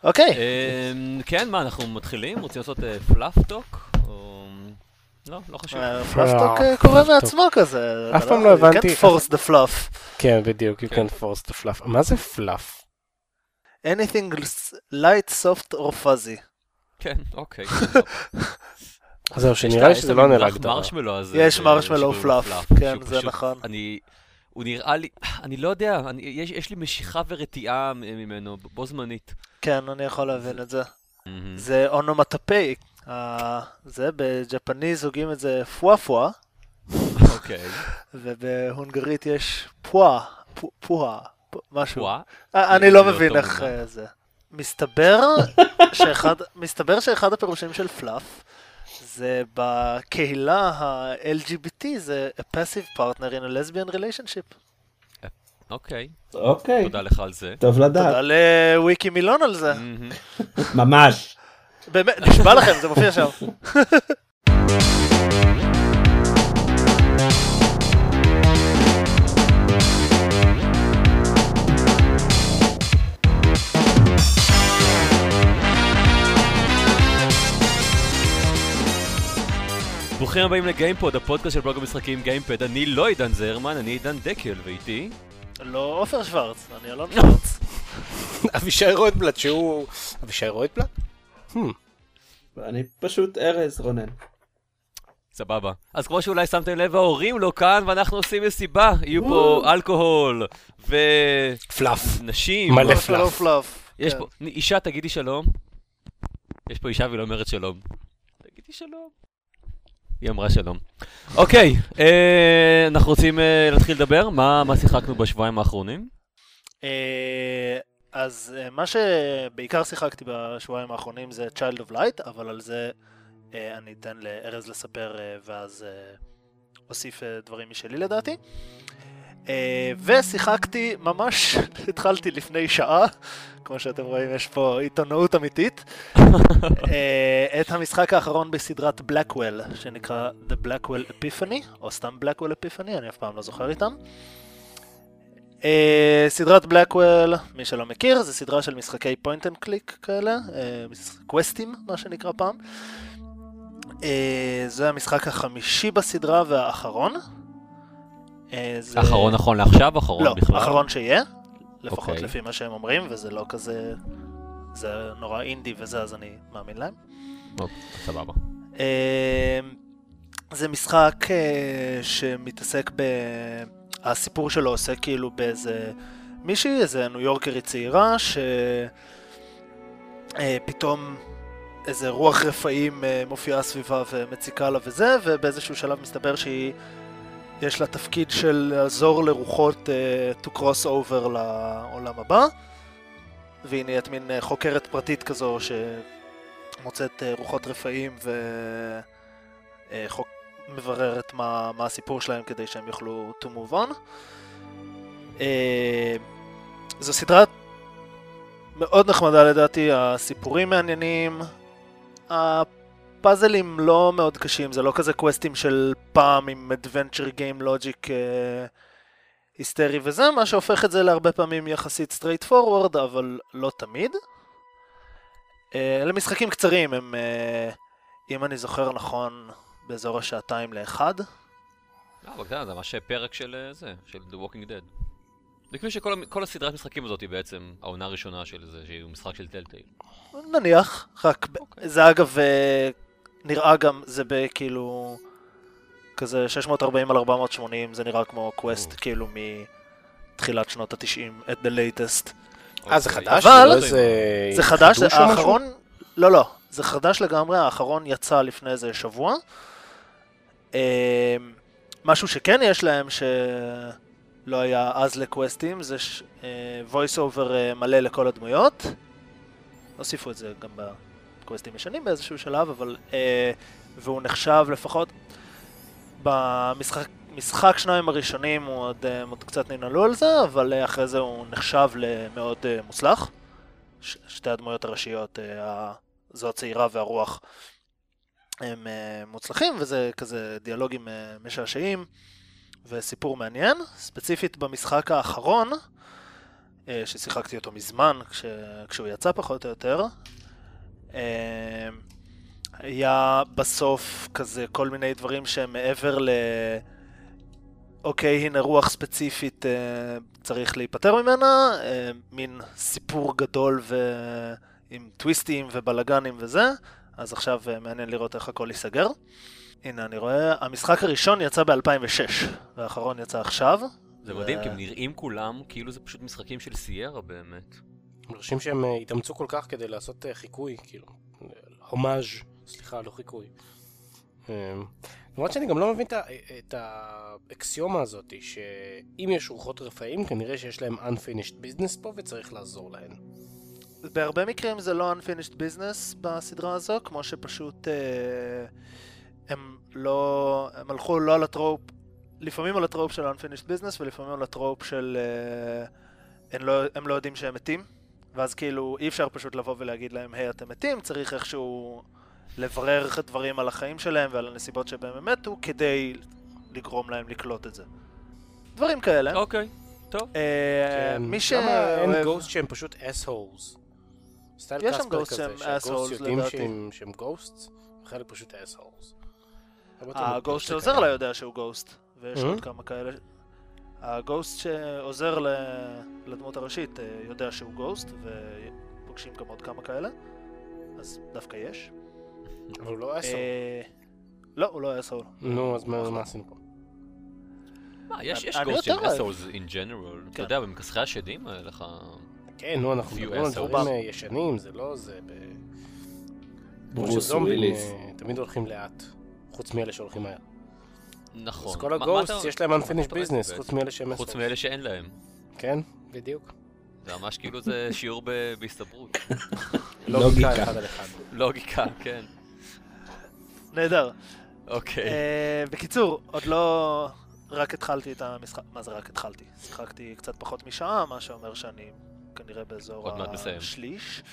אוקיי. כן, מה, אנחנו מתחילים? רוצים לעשות פלאפטוק? לא חשוב. פלאפטוק קורה מעצמו כזה. אף פעם לא הבנתי. You can't force the fluff. כן, בדיוק, you can force the fluff. מה זה fluff? Anything light, soft or fuzzy. כן, אוקיי. זהו, שנראה לי שזה לא נראה גדרה. יש מרשמלו פלאף, כן, זה נכון. הוא נראה לי, אני לא יודע, יש לי משיכה ורתיעה ממנו, בו זמנית. כן, אני יכול להבין את זה. זה אונומטופאי. זה בג'פניז הוגים את זה פואה. אוקיי. ובהונגרית יש פואה, משהו. פואה? אני לא מבין איך זה. מסתבר שאחד הפירושים של פלאף, זה בקהילה ה-LGBT, זה a passive partner in a lesbian relationship. אוקיי. אוקיי. תודה לך על זה. טוב לדעת. תודה לוויקי מילון על זה. ממש. באמת, נשבע לכם, זה מופיע שם. ברוכים הבאים לגיימפוד, הפודקאסט של בלוג המשחקים גיימפד. אני לא עידן זרמן, אני עידן דקל, ואיתי... לא עופר שוורץ, אני אלון שוורץ. אבישי רויטבלט, שהוא... אבישי רויטבלט? אני פשוט ארז רונן. סבבה. אז כמו שאולי שמתם לב, ההורים לא כאן, ואנחנו עושים מסיבה. יהיו פה אלכוהול ו... פלאף. נשים. מלא פלאף. יש פה... אישה, תגידי שלום. יש פה אישה והיא לא אומרת שלום. תגידי שלום. היא אמרה שלום. אוקיי, אנחנו רוצים להתחיל לדבר. מה שיחקנו בשבועיים האחרונים? אז מה שבעיקר שיחקתי בשבועיים האחרונים זה Child of Light, אבל על זה אני אתן לארז לספר ואז אוסיף דברים משלי לדעתי. ושיחקתי ממש, התחלתי לפני שעה, כמו שאתם רואים יש פה עיתונאות אמיתית, את המשחק האחרון בסדרת בלקוול, שנקרא The Blackwell Epiphany, או סתם Blackwell Epiphany, אני אף פעם לא זוכר איתם. סדרת בלקוול, מי שלא מכיר, זה סדרה של משחקי פוינט אנד קליק כאלה, קווסטים מה שנקרא פעם. זה המשחק החמישי בסדרה והאחרון. האחרון נכון לעכשיו, אחרון בכלל? לא, האחרון שיהיה, לפחות לפי מה שהם אומרים, וזה לא כזה, זה נורא אינדי וזה, אז אני מאמין להם. סבבה. זה משחק שמתעסק הסיפור שלו עושה כאילו באיזה מישהי, איזה ניו יורקרית צעירה, שפתאום איזה רוח רפאים מופיעה סביבה ומציקה לה וזה, ובאיזשהו שלב מסתבר יש לה תפקיד של לעזור לרוחות to cross over לעולם הבא, והיא נהיית מין חוקרת פרטית כזו שמוצאת רוחות רפאים ומבררת מה הסיפור שלהם כדי שהם יוכלו to move on. זו סדרה מאוד נחמדה לדעתי, הסיפורים מעניינים, הפאזלים לא מאוד קשים, זה לא כזה קווסטים של פעם עם adventure game logic היסטרי וזה, מה שהופך את זה להרבה פעמים יחסית straight forward, אבל לא תמיד. אלה משחקים קצרים, הם, אם אני זוכר נכון, באזור השעתיים לאחד. זה ממש פרק של זה, של The Walking Dead. זה כמו שכל הסדרת משחקים הזאת היא בעצם העונה הראשונה של זה, שהיא משחק של טלטייל. נניח, רק זה אגב נראה גם, זה בכאילו כזה 640 על 480, זה נראה כמו קווסט כאילו מתחילת שנות ה-90 at the latest. זה חדש? אבל זה חדש, זה האחרון, לא, זה חדש לגמרי, האחרון יצא לפני איזה שבוע. משהו שכן יש להם שלא היה אז לקווסטים, זה voice over מלא לכל הדמויות. הוסיפו את זה גם בקווסטים ישנים באיזשהו שלב, אבל והוא נחשב לפחות במשחק שניים הראשונים הוא עוד קצת ננעלו על זה, אבל אחרי זה הוא נחשב למאוד מוצלח. שתי הדמויות הראשיות, זו הצעירה והרוח, הם מוצלחים, וזה כזה דיאלוגים משעשעים וסיפור מעניין. ספציפית במשחק האחרון, ששיחקתי אותו מזמן, כשהוא יצא פחות או יותר. היה בסוף כזה כל מיני דברים שהם מעבר אוקיי, הנה רוח ספציפית צריך להיפטר ממנה, מין סיפור גדול עם טוויסטים ובלגנים וזה, אז עכשיו מעניין לראות איך הכל ייסגר. הנה אני רואה, המשחק הראשון יצא ב-2006, והאחרון יצא עכשיו. זה מדהים, כי הם נראים כולם כאילו זה פשוט משחקים של סיירה באמת. מרשים שהם התאמצו כל כך כדי לעשות חיקוי, כאילו, הומאז', סליחה, לא חיקוי. למרות שאני גם לא מבין את האקסיומה הזאת, שאם יש רוחות רפאים, כנראה שיש להם unfinished business פה וצריך לעזור להן. בהרבה מקרים זה לא unfinished business בסדרה הזו, כמו שפשוט הם הלכו לא על הטרופ, לפעמים על הטרופ של unfinished business ולפעמים על הטרופ של הם לא יודעים שהם מתים, ואז כאילו אי אפשר פשוט לבוא ולהגיד להם היי אתם מתים, צריך איכשהו לברר דברים על החיים שלהם ועל הנסיבות שבהם הם מתו כדי לגרום להם לקלוט את זה. דברים כאלה. אוקיי, טוב. מי למה אין גוסט שהם פשוט assholes? יש שם גוסט שהם assholes לדעתי. שהם גוסט, וחלק פשוט assholes. הגוסט שעוזר לה יודע שהוא גוסט, ויש עוד כמה כאלה. הגוסט שעוזר לדמות הראשית יודע שהוא גוסט, ופוגשים גם עוד כמה כאלה, אז דווקא יש. אבל הוא לא אסול. לא, הוא לא אסול. נו, אז מה עשינו פה? יש גוסט של אסולס in general. אתה יודע, במכסחי השדים היה לך... כן, נו, אנחנו מדברים על דברים ישנים, זה לא זה... ברוס וויליס. תמיד הולכים לאט, חוץ מאלה שהולכים מהר. נכון. אז כל הגוסט יש להם unfinished business, חוץ מאלה שהם חוץ מאלה שאין להם. כן, בדיוק. זה ממש כאילו זה שיעור בהסתברות. לוגיקה אחד על אחד. לוגיקה, כן. נהדר. אוקיי. בקיצור, עוד לא... רק התחלתי את המשחק... מה זה רק התחלתי? שיחקתי קצת פחות משעה, מה שאומר שאני כנראה באזור השליש.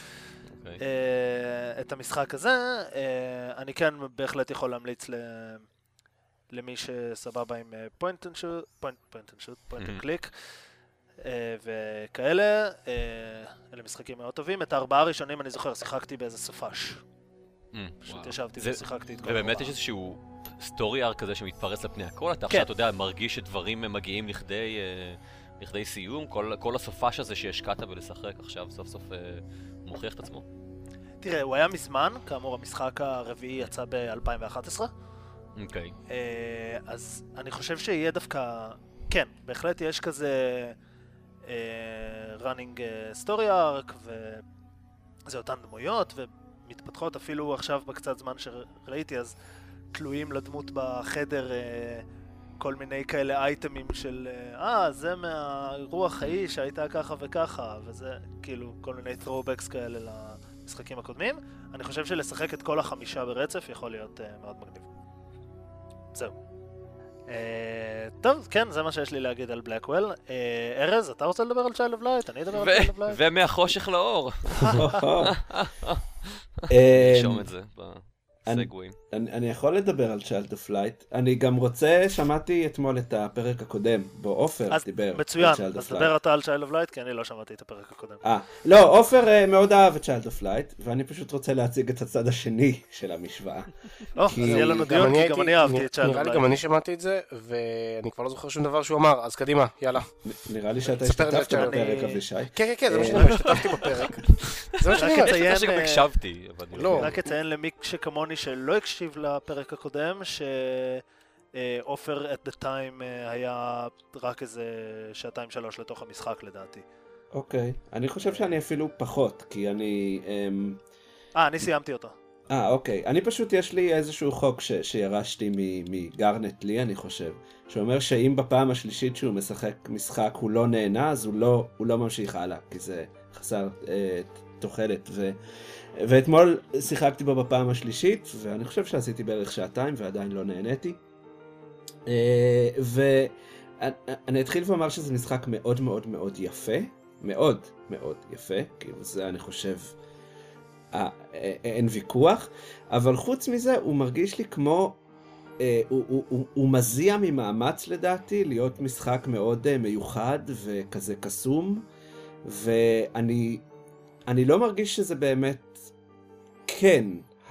את המשחק הזה, אני כן בהחלט יכול להמליץ למי שסבבה עם point and click וכאלה. אלה משחקים מאוד טובים. את 4 הראשונים אני זוכר, שיחקתי באיזה סופש. פשוט ישבתי ושיחקתי את כל 4. ובאמת יש איזשהו סטורי ארק כזה שמתפרץ לפני הכל, אתה עכשיו, אתה יודע, מרגיש שדברים מגיעים לכדי סיום, כל הסופש הזה שהשקעת בלשחק עכשיו סוף סוף מוכיח את עצמו. תראה, הוא היה מזמן, כאמור המשחק הרביעי יצא ב-2011. אוקיי. אז אני חושב שיהיה דווקא, כן, בהחלט יש כזה running story arc, וזה אותן דמויות, ומתפתחות אפילו עכשיו בקצת זמן שראיתי, אז תלויים לדמות בחדר כל מיני כאלה אייטמים של זה מהרוח ההיא שהייתה ככה וככה, וזה כאילו כל מיני throwbacks כאלה למשחקים הקודמים. אני חושב שלשחק את כל 5 ברצף יכול להיות מאוד מגניב. זהו. טוב, כן, זה מה שיש לי להגיד על בלקוול. ארז, אתה רוצה לדבר על Child of Light? אני אדבר על Child of Light. ומהחושך לאור. נרשום את זה בסגווים. אני יכול לדבר על Child of Light. אני גם רוצה, שמעתי אתמול את הפרק הקודם, בו אופר דיבר על Child of Light. מצוין, אז דבר אתה על Child of Light, כי אני לא שמעתי את הפרק הקודם. לא, אופר מאוד אהב את Child of Light, ואני פשוט רוצה להציג את הצד השני של המשוואה. אז יהיה לנו דיון, כי גם אני אהבתי את Child of Light. נראה לי גם אני שמעתי את זה, ואני כבר לא זוכר שום דבר שהוא אמר, אז קדימה, יאללה. נראה לי שאתה השתתפת בפרק, אבישי. כן, זה מה שאני השתתפתי בפרק. זה מה שאני אומר. שגם הקשבתי, אבל רק אציין למי שכמוני שלא הקשיב לפרק הקודם, שאופר at the time היה רק איזה 2-3 לתוך המשחק לדעתי. אוקיי, אני חושב שאני אפילו פחות, כי אני... אני סיימתי אותו. אוקיי, אני פשוט יש לי איזשהו חוק שירשתי מגרנט לי, אני חושב, שאומר שאם בפעם השלישית שהוא משחק משחק הוא לא נהנה, אז הוא לא ממשיך הלאה, כי זה חסר תוחלת, ואתמול שיחקתי בו בפעם השלישית, ואני חושב שעשיתי בערך 2 ועדיין לא נהניתי. ואני אתחיל ואומר שזה משחק מאוד מאוד מאוד יפה, מאוד מאוד יפה, כאילו זה אני חושב, אין ויכוח, אבל חוץ מזה הוא מרגיש לי כמו, הוא מזיע ממאמץ לדעתי להיות משחק מאוד מיוחד וכזה קסום, ואני לא מרגיש שזה באמת כן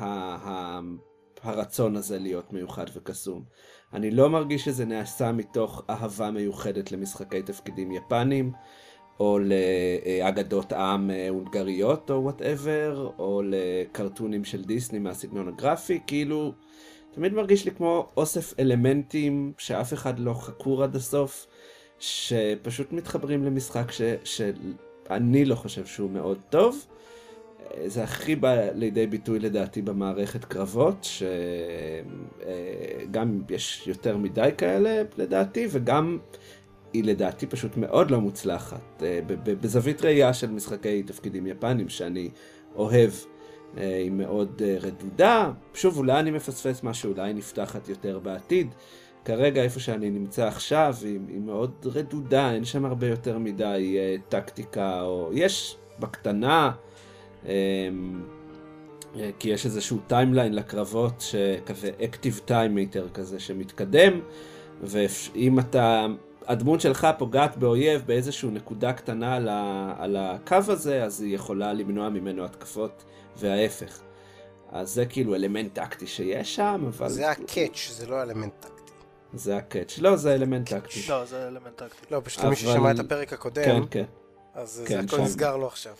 הרצון הזה להיות מיוחד וקסום. אני לא מרגיש שזה נעשה מתוך אהבה מיוחדת למשחקי תפקידים יפנים, או לאגדות עם הונגריות או whatever, או לקרטונים של דיסני מהסגנון הגרפי, כאילו תמיד מרגיש לי כמו אוסף אלמנטים שאף אחד לא חקור עד הסוף, שפשוט מתחברים למשחק שאני לא חושב שהוא מאוד טוב. זה הכי בא לידי ביטוי לדעתי במערכת קרבות, שגם יש יותר מדי כאלה לדעתי, וגם היא לדעתי פשוט מאוד לא מוצלחת. בזווית ראייה של משחקי תפקידים יפנים שאני אוהב, היא מאוד רדודה. שוב, אולי אני מפספס משהו, אולי נפתחת יותר בעתיד. כרגע איפה שאני נמצא עכשיו היא מאוד רדודה, אין שם הרבה יותר מדי טקטיקה, או יש בקטנה, כי יש איזשהו טיימליין לקרבות שכזה אקטיב טייממיטר כזה שמתקדם, ואם הדמות שלך פוגעת באויב באיזשהו נקודה קטנה על הקו הזה, אז היא יכולה למנוע ממנו התקפות וההפך. אז זה כאילו אלמנט טקטי שיש שם, אבל... זה הקאץ', זה לא אלמנט טקטי. זה הקאץ', לא, זה אלמנט טקטי. לא, זה אלמנט טקטי. לא, פשוט למי ששמע את הפרק הקודם, כן. אז זה כן, הכל שם. נסגר לו עכשיו.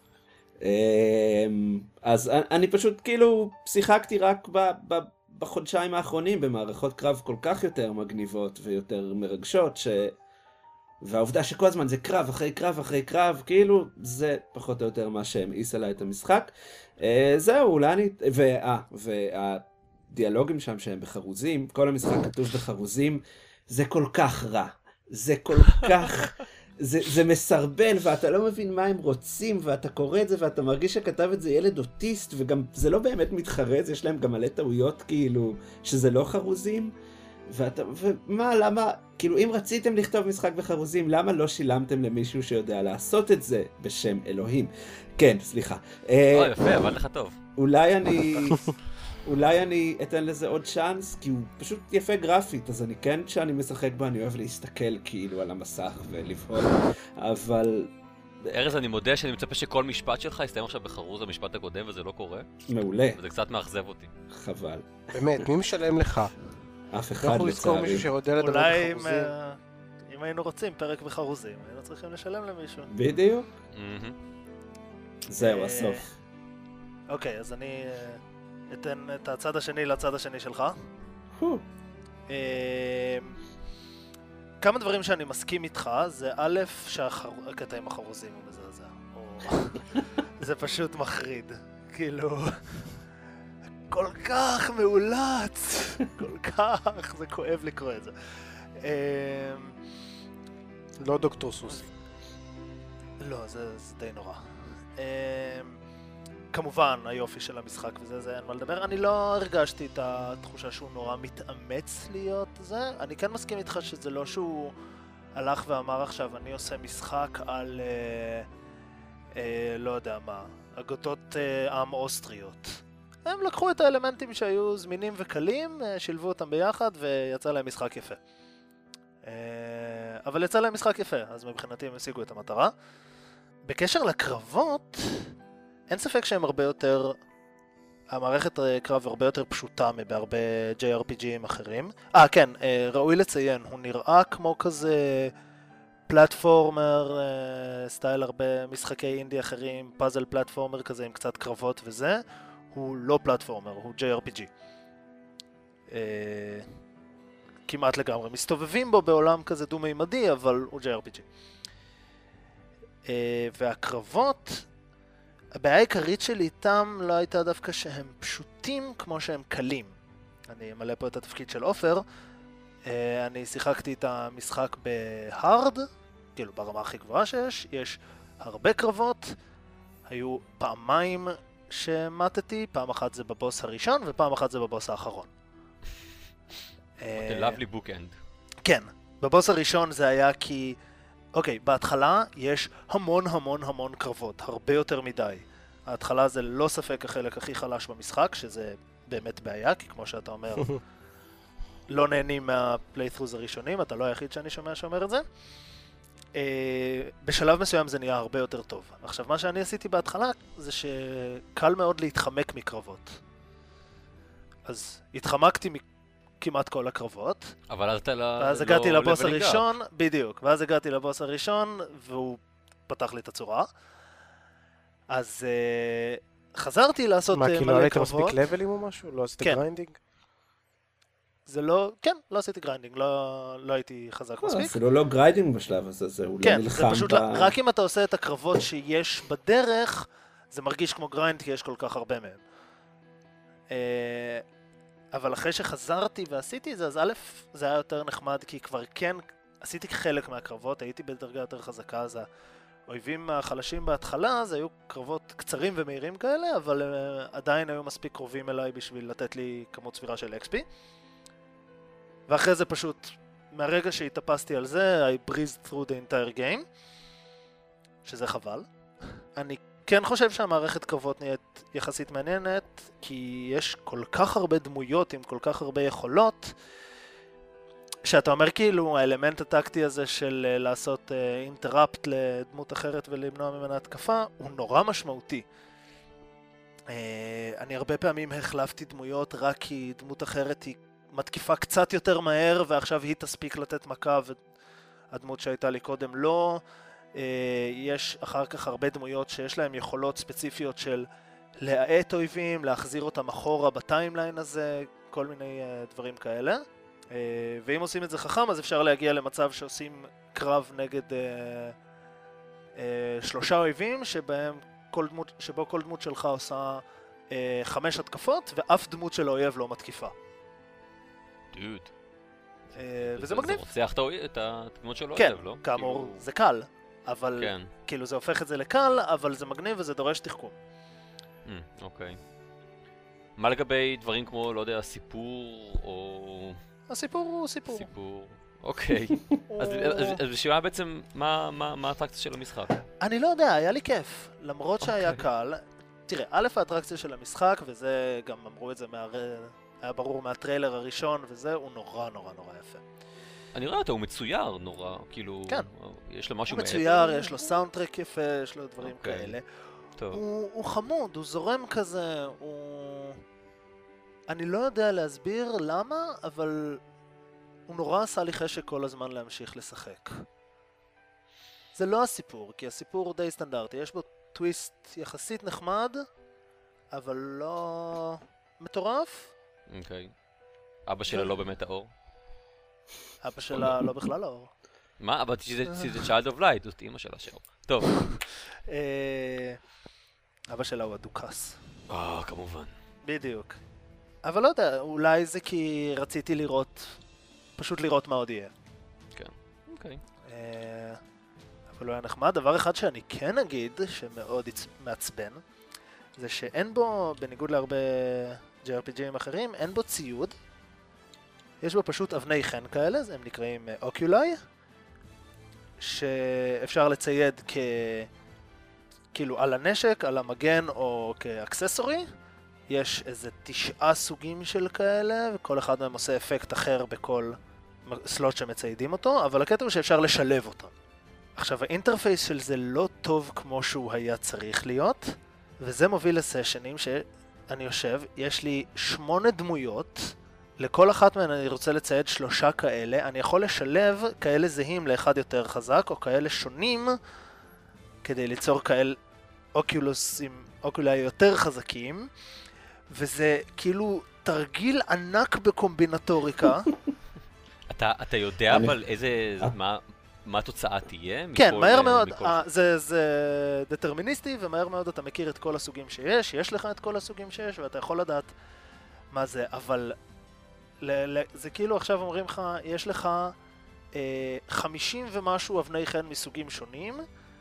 אז אני פשוט כאילו שיחקתי רק בחודשיים האחרונים במערכות קרב כל כך יותר מגניבות ויותר מרגשות, והעובדה שכל הזמן זה קרב אחרי קרב אחרי קרב, כאילו זה פחות או יותר מה שהמאיס עליי את המשחק. זהו, אולי אני... והדיאלוגים שם שהם בחרוזים, כל המשחק כתוב בחרוזים, זה כל כך רע. זה כל כך... זה מסרבל, ואתה לא מבין מה הם רוצים, ואתה קורא את זה, ואתה מרגיש שכתב את זה ילד אוטיסט, וגם זה לא באמת מתחרז, יש להם גם מלא טעויות כאילו, שזה לא חרוזים, ומה, למה, כאילו אם רציתם לכתוב משחק בחרוזים, למה לא שילמתם למישהו שיודע לעשות את זה בשם אלוהים? כן, סליחה. יפה, עבד לך טוב. אולי אני אתן לזה עוד צ'אנס, כי הוא פשוט יפה גרפית, אז אני כן, כשאני משחק בו, אני אוהב להסתכל כאילו על המסך ולבחור, אבל... ארז, אני מודה שאני מצפה שכל משפט שלך יסתיים עכשיו בחרוז המשפט הקודם, וזה לא קורה. מעולה. וזה קצת מאכזב אותי. חבל. באמת, מי משלם לך? אף אחד אנחנו לזכור לצערי. מישהו שיודע לדבר אולי בחרוזים. אם היינו רוצים פרק בחרוזים, היינו צריכים לשלם למישהו. בדיוק. זהו, הסוף. אוקיי, אז אני אתן את הצד השני לצד השני שלך. כמה דברים שאני מסכים איתך, זה א', שהקטע עם החרוזים הוא מזעזע. זה פשוט מחריד. כאילו... כל כך מאולץ, כל כך, זה כואב לקרוא את זה. לא דוקטור סוסי. לא, זה די נורא. כמובן, היופי של המשחק וזה, אין מה לדבר. אני לא הרגשתי את התחושה שהוא נורא מתאמץ להיות זה. אני כן מסכים איתך שזה לא שהוא הלך ואמר עכשיו, אני עושה משחק על, לא יודע מה, אגדות עם אוסטריות. הם לקחו את האלמנטים שהיו זמינים וקלים, שילבו אותם ביחד ויצא להם משחק יפה. אבל יצא להם משחק יפה, אז מבחינתי הם השיגו את המטרה. בקשר לקרבות, אין ספק שהם הרבה יותר... המערכת קרב הרבה יותר פשוטה מבהרבה JRPG'ים אחרים. כן, ראוי לציין, הוא נראה כמו כזה פלטפורמר, סטייל הרבה משחקי אינדי אחרים, פאזל פלטפורמר כזה עם קצת קרבות וזה. הוא לא פלטפורמר, הוא JRPG. כמעט לגמרי. מסתובבים בו בעולם כזה דו-מימדי, אבל הוא JRPG. והקרבות, הבעיה העיקרית שלי איתם לא הייתה דווקא שהם פשוטים כמו שהם קלים. אני אמלא פה את התפקיד של אופר. אני שיחקתי את המשחק בהארד, כאילו ברמה הכי גבוהה שיש. יש הרבה קרבות, היו פעמיים שמטתי, פעם אחת זה בבוס הראשון ופעם אחת זה בבוס האחרון. The lovely bookend. כן, בבוס הראשון זה היה כי, אוקיי, בהתחלה יש המון המון המון קרבות, הרבה יותר מדי. ההתחלה זה לא ספק החלק הכי חלש במשחק, שזה באמת בעיה, כי כמו שאתה אומר, לא נהנים מהפליית'רוז הראשונים, אתה לא היחיד שאני שומע שאומר את זה. בשלב מסוים זה נהיה הרבה יותר טוב. עכשיו, מה שאני עשיתי בהתחלה זה שקל מאוד להתחמק מקרבות. אז התחמקתי כמעט כל הקרבות. אבל אז אתה ואז הגעתי לבוס הראשון, בדיוק. ואז הגעתי לבוס הראשון, והוא פתח לי את הצורה. אז חזרתי לעשות מלא קרבות. מה, כאילו לא היית מספיק לבלים או משהו? לא עשית גריינדינג? זה לא, כן, לא עשיתי גריינדינג, לא הייתי חזק מספיק. אפילו לא גריינדינג בשלב הזה, זה הוא לא נלחם. כן, זה פשוט, רק אם אתה עושה את הקרבות שיש בדרך, זה מרגיש כמו גריינד, כי יש כל כך הרבה מהם. אבל אחרי שחזרתי ועשיתי את זה, אז א', זה היה יותר נחמד, כי כבר כן, עשיתי חלק מהקרבות, הייתי בדרגה יותר חזקה, אז האויבים החלשים בהתחלה, זה היו קרבות קצרים ומהירים כאלה, אבל עדיין היו מספיק קרובים אליי בשביל לתת לי כמות סבירה של XP. ואחרי זה פשוט, מהרגע שהתאפסתי על זה, I breezed through the entire game, שזה חבל. אני כן חושב שהמערכת קרבות נהיית יחסית מעניינת, כי יש כל כך הרבה דמויות עם כל כך הרבה יכולות, שאתה אומר כאילו האלמנט הטקטי הזה של לעשות אינטראפט לדמות אחרת ולמנוע ממנה התקפה, הוא נורא משמעותי. אני הרבה פעמים החלפתי דמויות רק כי דמות אחרת היא מתקיפה קצת יותר מהר, ועכשיו היא תספיק לתת מכה והדמות שהייתה לי קודם לא. יש אחר כך הרבה דמויות שיש להם יכולות ספציפיות של להאט אויבים, להחזיר אותם אחורה בטיימליין הזה, כל מיני דברים כאלה. ואם עושים את זה חכם, אז אפשר להגיע למצב שעושים קרב נגד 3 אויבים, שבו כל דמות שלך עושה 5 התקפות, ואף דמות של האויב לא מתקיפה. דוד. וזה מגניב. זה רוצח את הדמות של כן, האויב, לא? כאמור, זה קל, אבל כן. כאילו זה הופך את זה לקל, אבל זה מגניב וזה דורש תחכום. אוקיי. מה לגבי דברים כמו, לא יודע, סיפור או... הסיפור הוא סיפור. סיפור, אוקיי. אז בשביל מה בעצם, מה האטרקציה של המשחק? אני לא יודע, היה לי כיף. למרות שהיה קל. תראה, א', האטרקציה של המשחק, וזה גם אמרו את זה היה ברור מהטריילר הראשון, וזה, הוא נורא נורא נורא יפה. אני רואה אותו, הוא מצויר נורא, כאילו... כן. יש לו משהו הוא מצויר, יש לו סאונדטרק יפה, יש לו דברים אוקיי. כאלה. טוב. הוא חמוד, הוא זורם כזה, אני לא יודע להסביר למה, אבל הוא נורא עשה לי חשק כל הזמן להמשיך לשחק. זה לא הסיפור, כי הסיפור הוא די סטנדרטי, יש בו טוויסט יחסית נחמד, אבל לא מטורף. אוקיי. אבא שלה לא באמת האור? אבא שלה לא בכלל האור. מה? אבל זה Child of Light, זאת אמא שלה שאור. טוב. אבא שלה הוא הדוכס. כמובן. בדיוק. אבל לא יודע, אולי זה כי רציתי פשוט לראות מה עוד יהיה. כן. אוקיי. אבל הוא היה נחמד. דבר אחד שאני כן אגיד, שמאוד מעצבן, זה שאין בו, בניגוד להרבה JRPG'ים אחרים, אין בו ציוד. יש בו פשוט אבני חן כאלה, הם נקראים אוקיולי, שאפשר לצייד כאילו על הנשק, על המגן או כאקססורי. יש איזה 9 סוגים של כאלה, וכל אחד מהם עושה אפקט אחר בכל סלוט שמציידים אותו, אבל הקטע הוא שאפשר לשלב אותם. עכשיו, האינטרפייס של זה לא טוב כמו שהוא היה צריך להיות, וזה מוביל לסשנים שאני יושב, יש לי 8 דמויות, לכל אחת מהן אני רוצה לצייד 3 כאלה, אני יכול לשלב כאלה זהים לאחד יותר חזק, או כאלה שונים, כדי ליצור כאלה אוקיולי יותר חזקים, וזה כאילו תרגיל ענק בקומבינטוריקה. אתה יודע אבל מה התוצאה תהיה? כן, מהר מאוד, זה דטרמיניסטי, ומהר מאוד אתה מכיר את כל הסוגים יש לך את כל הסוגים שיש, ואתה יכול לדעת מה זה, אבל זה כאילו עכשיו אומרים לך, יש לך 50 ומשהו אבני חן מסוגים שונים,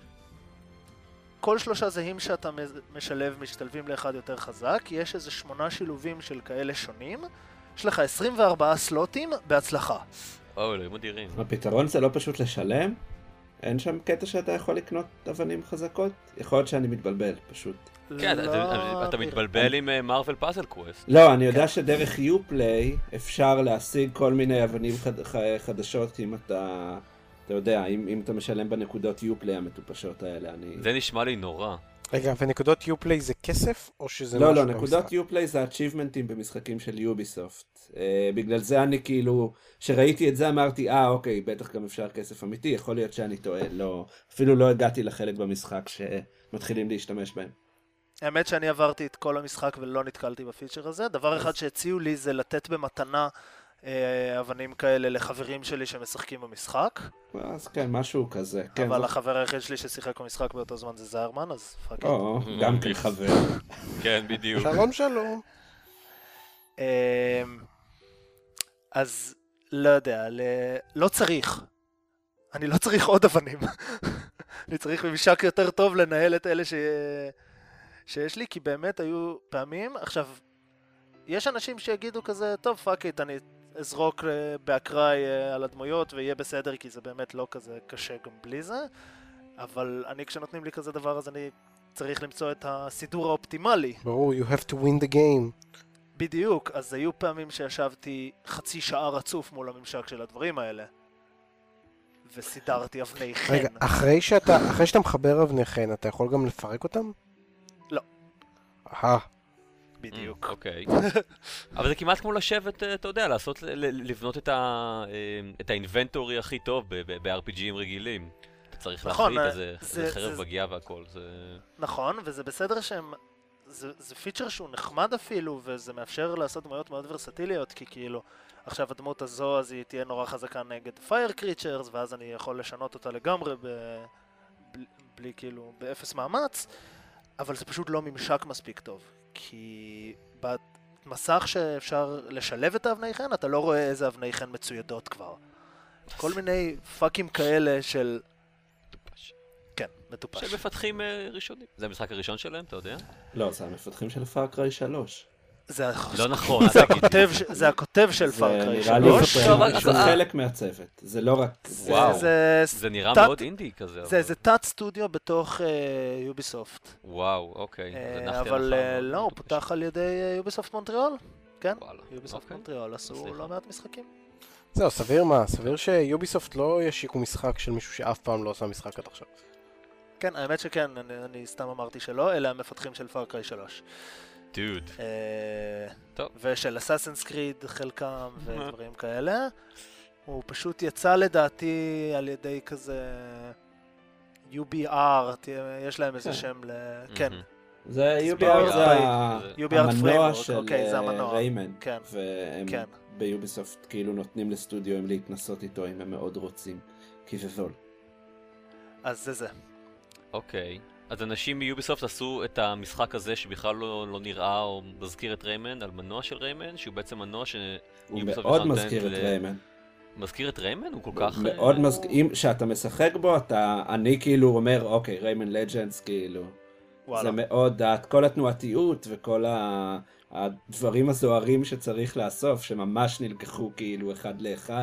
כל 3 זהים שאתה משלב משתלבים לאחד יותר חזק, יש איזה 8 שילובים של כאלה שונים, יש לך 24 סלוטים בהצלחה. אלוהים אדירים. הפתרון זה לא פשוט לשלם? אין שם קטע שאתה יכול לקנות אבנים חזקות? יכול להיות שאני מתבלבל, פשוט. כן, אתה מתבלבל עם מרוול פאזל קווסט. לא, אני יודע שדרך יופליי אפשר להשיג כל מיני אבנים חדשות אם אתה אתה יודע, אם אתה משלם בנקודות יופליי המטופשות האלה, אני... זה נשמע לי נורא. רגע, ונקודות יופליי זה כסף, או שזה לא, משהו לא, במשחק? נקודות יופליי זה achievement'ים במשחקים של יוביסופט. בגלל זה אני כאילו, שראיתי את זה אמרתי, אוקיי, בטח גם אפשר כסף אמיתי, יכול להיות שאני טועה, לא, אפילו לא הגעתי לחלק במשחק שמתחילים להשתמש בהם. האמת שאני עברתי את כל המשחק ולא נתקלתי בפיצ'ר הזה. דבר אחד שהציעו לי זה לתת במתנה אבנים כאלה לחברים שלי שמשחקים במשחק. אז כן, משהו כזה. אבל החבר היחיד שלי ששיחק במשחק באותו זמן זה זיירמן, אז פאק. גם כן חבר. כן, בדיוק. שלום שלום. אז לא יודע, לא צריך. אני לא צריך עוד אבנים. אני צריך ממשק יותר טוב לנהל את אלה שיש לי, כי באמת היו פעמים. עכשיו, יש אנשים שיגידו כזה, טוב פאק איט, אני אזרוק באקראי על הדמויות ויהיה בסדר, כי זה באמת לא כזה קשה גם בלי זה. אבל אני, כשנותנים לי כזה דבר, אז אני צריך למצוא את הסידור האופטימלי. ברור, you have to win the game. בדיוק, אז היו פעמים שישבתי חצי שעה רצוף מול הממשק של הדברים האלה. וסידרתי אבני חן. רגע, אחרי שאתה מחבר אבני חן, אתה יכול גם לפרק אותם? לא. בדיוק. אוקיי. אבל זה כמעט כמו לשבת, אתה יודע, לבנות את האינבנטורי הכי טוב ב-RPGים רגילים. אתה צריך להחליט איזה חרב מגיע והכל. נכון, וזה בסדר שהם... זה פיצ'ר שהוא נחמד אפילו, וזה מאפשר לעשות דמויות מאוד ורסטיליות, כי כאילו, עכשיו הדמות הזו, אז היא תהיה נורא חזקה נגד פייר קריצ'רס, ואז אני יכול לשנות אותה לגמרי בלי כאילו, באפס מאמץ, אבל זה פשוט לא ממשק מספיק טוב, כי במסך שאפשר לשלב את האבני חן, אתה לא רואה איזה אבני חן מצוידות כבר. כל מיני פאקים כאלה של... כן, מטופש. שהם מפתחים ראשונים. זה המשחק הראשון שלהם, אתה יודע? לא, זה המפתחים של פאר קריי 3. לא נכון, זה הכותב של פאר קריי 3. זה חלק מהצוות, זה לא רק... וואו, זה נראה מאוד אינדי כזה. זה תת סטודיו בתוך יוביסופט. וואו, אוקיי. אבל לא, הוא פותח על ידי יוביסופט מונטריאול. כן, יוביסופט מונטריאול עשו לא מעט משחקים. זהו, סביר מה? סביר שיוביסופט לא ישיקו משחק של מישהו שאף פעם לא עושה משחק עד עכשיו. כן, האמת שכן, אני סתם אמרתי שלא, אלה המפתחים של פאר קריי 3. דוד. ושל אסאסינס קריד חלקם ודברים כאלה. הוא פשוט יצא לדעתי על ידי כזה UBR, יש להם איזה שם כן. זה UBR, זה המנוע של ריימן, והם ביוביסופט כאילו נותנים לסטודיו הם להתנסות איתו אם הם מאוד רוצים, כי זה זול. אז זה. אוקיי. אז אנשים מיוביסופט עשו את המשחק הזה שבכלל לא נראה או מזכיר את ריימן על מנוע של ריימן, שהוא בעצם מנוע הוא מאוד מזכיר את ריימן. מזכיר את ריימן? הוא כל כך... מאוד מזכיר, כשאתה משחק בו, אני כאילו אומר, אוקיי, ריימן לג'נדס כאילו. זה מאוד, כל התנועתיות וכל הדברים הזוהרים שצריך לאסוף, שממש נלקחו כאילו אחד לאחד.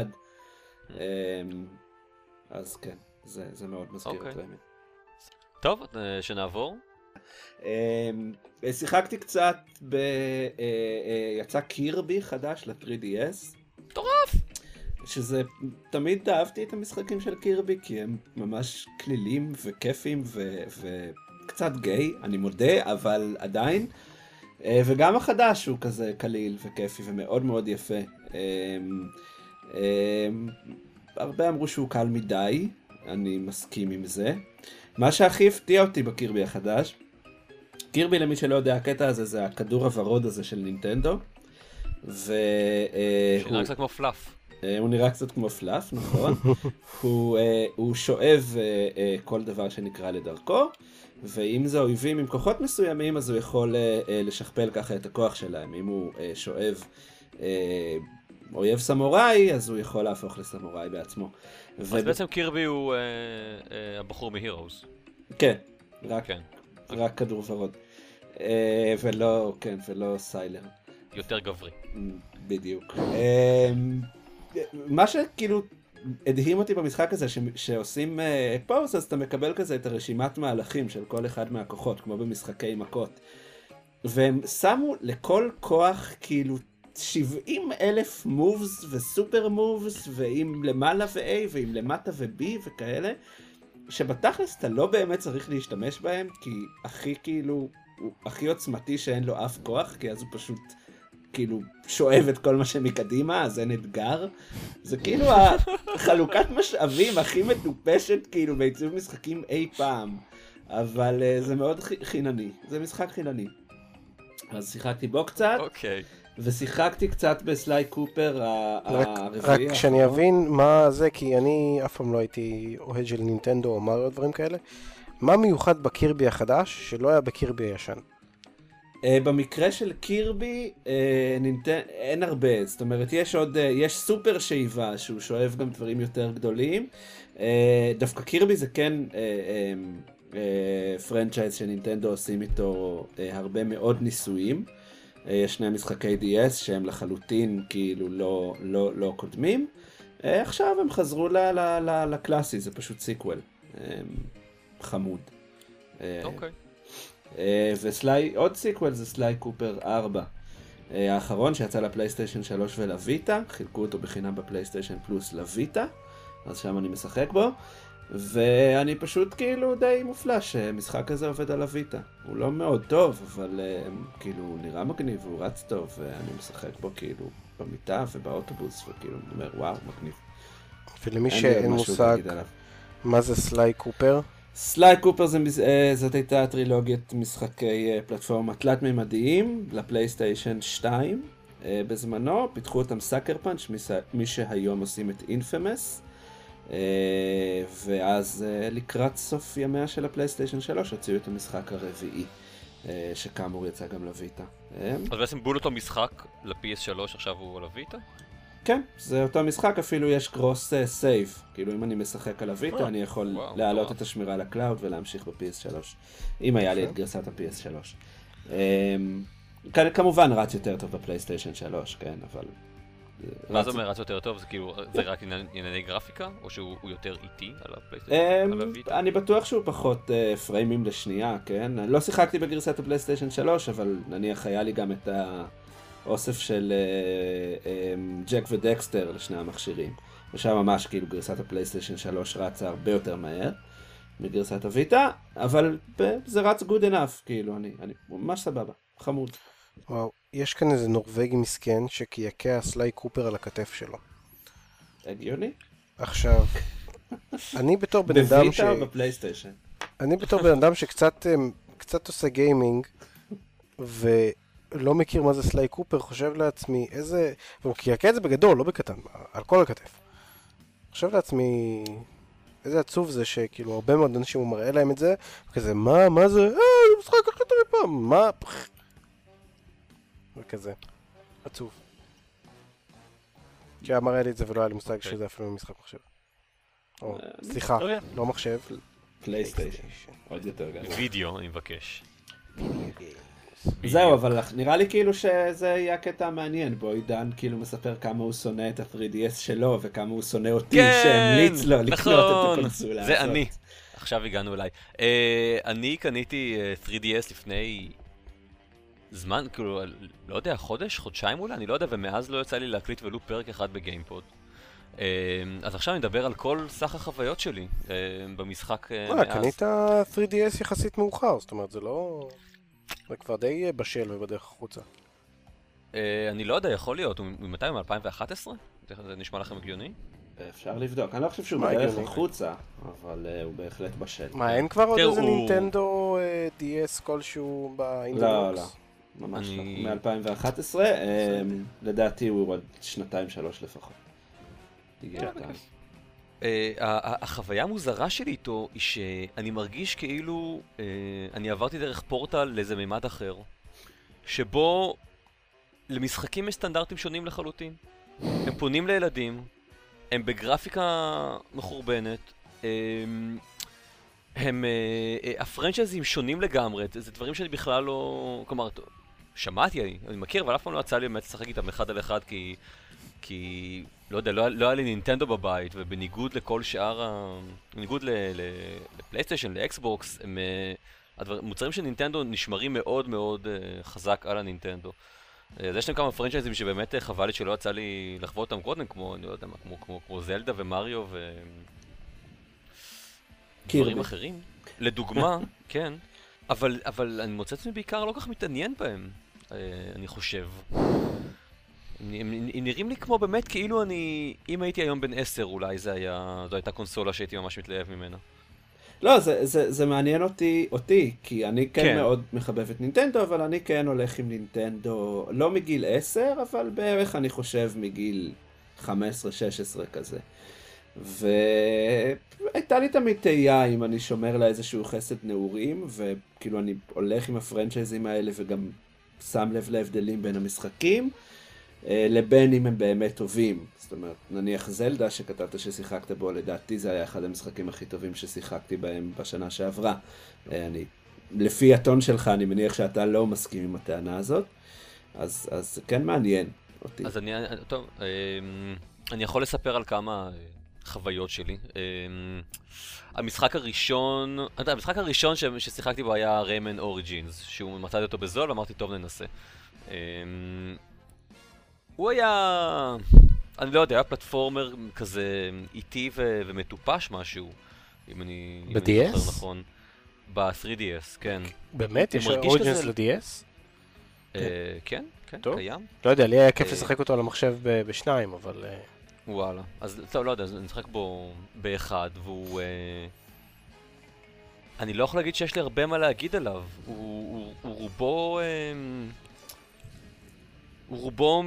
אז כן, זה מאוד מזכיר את ריימן. טוב, שנעבור. שיחקתי קצת יצא קירבי חדש ל-3DS. מטורף! שזה, תמיד אהבתי את המשחקים של קירבי, כי הם ממש כלילים וכיפים וקצת גיי, אני מודה, אבל עדיין. וגם החדש הוא כזה כליל וכיפי ומאוד מאוד יפה. הרבה אמרו שהוא קל מדי, אני מסכים עם זה. מה שהכי הפתיע אותי בקירבי החדש, קירבי למי שלא יודע, הקטע הזה זה הכדור הוורוד הזה של נינטנדו. שנראה קצת כמו פלאף. הוא נראה קצת כמו פלאף, נכון. הוא שואב כל דבר שנקרא לדרכו, ואם זה אויבים עם כוחות מסוימים, אז הוא יכול לשכפל ככה את הכוח שלהם. אם הוא שואב אויב סמוראי, אז הוא יכול להפוך לסמוראי בעצמו. אז בעצם קירבי הוא הבחור מהירוס. כן, רק כדור ורוד. ולא סיילר. יותר גברי. בדיוק. מה שכאילו הדהים אותי במשחק הזה, שעושים פאוס, אז אתה מקבל כזה את הרשימת מהלכים של כל אחד מהכוחות, כמו במשחקי מכות. והם שמו לכל כוח כאילו 70,000 מובס וסופר מובס, ועם למעלה ו-A ועם למטה ו-B וכאלה, שבתכלס אתה לא באמת צריך להשתמש בהם, כי הכי כאילו, הוא הכי עוצמתי שאין לו אף כוח, כי אז הוא פשוט כאילו שואב את כל מה שמקדימה, אז אין אתגר. זה כאילו החלוקת משאבים הכי מטופשת כאילו בעיצוב משחקים אי פעם, אבל זה מאוד חינני, זה משחק חינני. אז שיחקתי בו קצת, ושיחקתי קצת בסליי קופר הרביעי. רק שאני אבין מה זה, כי אני אף פעם לא הייתי אוהד של נינטנדו או מריו דברים כאלה. מה מיוחד בקירבי החדש שלא היה בקירבי הישן? במקרה של קירבי אין הרבה, זאת אומרת יש סופר שאיבה שהוא שואב גם דברים יותר גדולים. דווקא קירבי זה כן פרנצ'ייז שנינטנדו עושים איתו הרבה מאוד ניסויים. יש שני משחקי DS שהם לחלוטין כאילו לא קודמים. עכשיו הם חזרו לקלאסי, זה פשוט סיקוול חמוד. אוקיי. ועוד סיקוול זה סליי קופר 4. האחרון שיצא לפלייסטיישן 3 ולוויטה, חילקו אותו בחינם בפלייסטיישן פלוס לוויטה, אז שם אני משחק בו, ואני פשוט כאילו די מופלא שמשחק הזה עובד על הוויטה. הוא לא מאוד טוב, אבל כאילו הוא נראה מגניב, הוא רץ טוב, ואני משחק בו כאילו במיטה ובאוטובוס, וכאילו אני אומר וואו, מגניב. ולמי שאין מושג, מה זה סליי קופר? סליי קופר זאת הייתה טרילוגיית משחקי פלטפורמה תלת-ממדיים לפלייסטיישן 2 בזמנו, פיתחו אותם סאקר פאנץ', מי שהיום עושים את אינפמס, ואז לקראת סוף ימיה של הפלייסטיישן 3 הוציאו את המשחק הרביעי, שכאמור יצא גם לויטה. אז בעצם בול אותו משחק ל-PS3 עכשיו הוא לויטה? כן, זה אותו משחק, אפילו יש קרוס סייב, כאילו אם אני משחק על הוויטה אני יכול להעלות את השמירה לקלאוד ולהמשיך ב-PS3, אם היה לי את גרסת ה-PS3. כמובן רץ יותר טוב בפלייסטיישן 3, כן, אבל... מה זה אומר רץ יותר טוב? זה כאילו, זה רק ענייני גרפיקה, או שהוא יותר איטי על הפלייסטיישן, על הוויטה? אני בטוח שהוא פחות פריימים לשנייה, כן? לא שיחקתי בגרסת הפלייסטיישן 3, אבל נניח היה לי גם את אוסף של ג'ק ודקסטר לשני המכשירים. ושם ממש כאילו גרסת הפלייסטיישן 3 רצה הרבה יותר מהר מגרסת הוויטה, אבל זה רץ good enough, כאילו, אני ממש סבבה, חמוד. וואו, יש כאן איזה נורווגי מסכן שקייקע סליי קופר על הכתף שלו. הגיוני? עכשיו, אני בתור בן אדם בוויטה או בפלייסטיישן? אני בתור בן אדם שקצת עושה גיימינג, לא מכיר מה זה סליי קופר, חושב לעצמי איזה... והוא קייקע את זה בגדול, לא בקטן, על כל הכתף. חושב לעצמי איזה עצוב זה שכאילו הרבה מאוד אנשים הוא מראה להם את זה, וכזה מה זה? זה משחק הכי טוב מפעם, מה? וכזה, עצוב. כי היה מראה לי את זה ולא היה לי מושג שזה אפילו משחק מחשב. סליחה, לא מחשב. פלייסטיישן, עוד יותר גדול. וידאו, אני מבקש. זהו, אבל נראה לי כאילו שזה יהיה הקטע המעניין, בו עידן כאילו מספר כמה הוא שונא את ה-3DS שלו, וכמה הוא שונא אותי שהמליץ לו לקנות את הקונסולה הזאת. זה אני. עכשיו הגענו אליי. אני קניתי 3DS לפני זמן, כאילו, לא יודע, חודשיים אולי, אני לא יודע, ומאז לא יצא לי להקליט ולו פרק אחד בגיימפוד. אז עכשיו אני מדבר על כל סך החוויות שלי במשחק מאז. קנית 3DS יחסית מאוחר, זאת אומרת, זה לא... זה כבר די בשל ובדרך החוצה. אני לא יודע, יכול להיות. ממתי? מ-2011? זה נשמע לכם הגיוני? אפשר לבדוק. אני לא חושב שהוא בדרך החוצה, אבל הוא בהחלט בשל. מה, אין כבר עוד איזה נינטנדו DS כלשהו באינטרנט? לא, ממש לא. מ-2011, לדעתי הוא עוד 2-3 לפחות. החוויה המוזרה שלי איתו היא שאני מרגיש כאילו אני עברתי דרך פורטל לאיזה מימד אחר, שבו למשחקים יש סטנדרטים שונים לחלוטין. הם פונים לילדים, הם בגרפיקה מחורבנת, הפרנצ'ייזים שונים לגמרי, זה דברים שאני בכלל לא... כלומר, שמעתי, אני מכיר, אבל אף פעם לא יצא לי באמת לשחק איתם אחד על אחד, כי לא יודע, לא היה לי נינטנדו בבית, ובניגוד לכל שאר, בניגוד לפלייסטיישן, לאקסבוקס, מוצרים של נינטנדו נשמרים מאוד מאוד חזק על הנינטנדו. אז יש להם כמה פרנצ'ייזים שבאמת חבל לי שלא יצא לי לחוות אותם קודם, כמו, אני לא יודע מה, כמו זלדה ומריו ודברים אחרים. לדוגמה, כן. אבל אני מוצא עצמי בעיקר לא כל כך מתעניין בהם, אני חושב. הם נראים לי כמו באמת כאילו אם הייתי היום בן 10 אולי זו הייתה קונסולה שהייתי ממש מתלהב ממנה. לא, זה מעניין אותי, כי אני כן מאוד מחבב את נינטנדו, אבל אני כן הולך עם נינטנדו, לא מגיל 10, אבל בערך אני חושב מגיל 15-16 כזה. והייתה לי תמיד תהייה אם אני שומר לה איזשהו חסד נעורים, וכאילו אני הולך עם הפרנצ'ייזים האלה וגם שם לב להבדלים בין המשחקים, לבין אם הם באמת טובים. זאת אומרת, נניח זלדה שכתבת ששיחקת בו, לדעתי זה היה אחד המשחקים הכי טובים ששיחקתי בהם בשנה שעברה. לפי הטון שלך, אני מניח שאתה לא מסכים עם הטענה הזאת, אז זה כן מעניין אותי. אז אני יכול לספר על כמה חוויות שלי. המשחק הראשון ששיחקתי בו היה ריימן אוריג'ינס, שהוא מצאתי אותו בזול ואמרתי טוב ננסה. הוא היה, אני לא יודע, היה פלטפורמר כזה איטי ומטופש משהו, אם אני זוכר נכון. ב-3DS, כן. באמת? יש אוריג'ינס ל-DS? כן, קיים. לא יודע, לי היה כיף לשחק אותו על המחשב בשניים, אבל... וואלה. אז טוב, לא יודע, אני משחק בו באחד, והוא... אני לא יכול להגיד שיש לי הרבה מה להגיד עליו. הוא רובו... הוא רובו...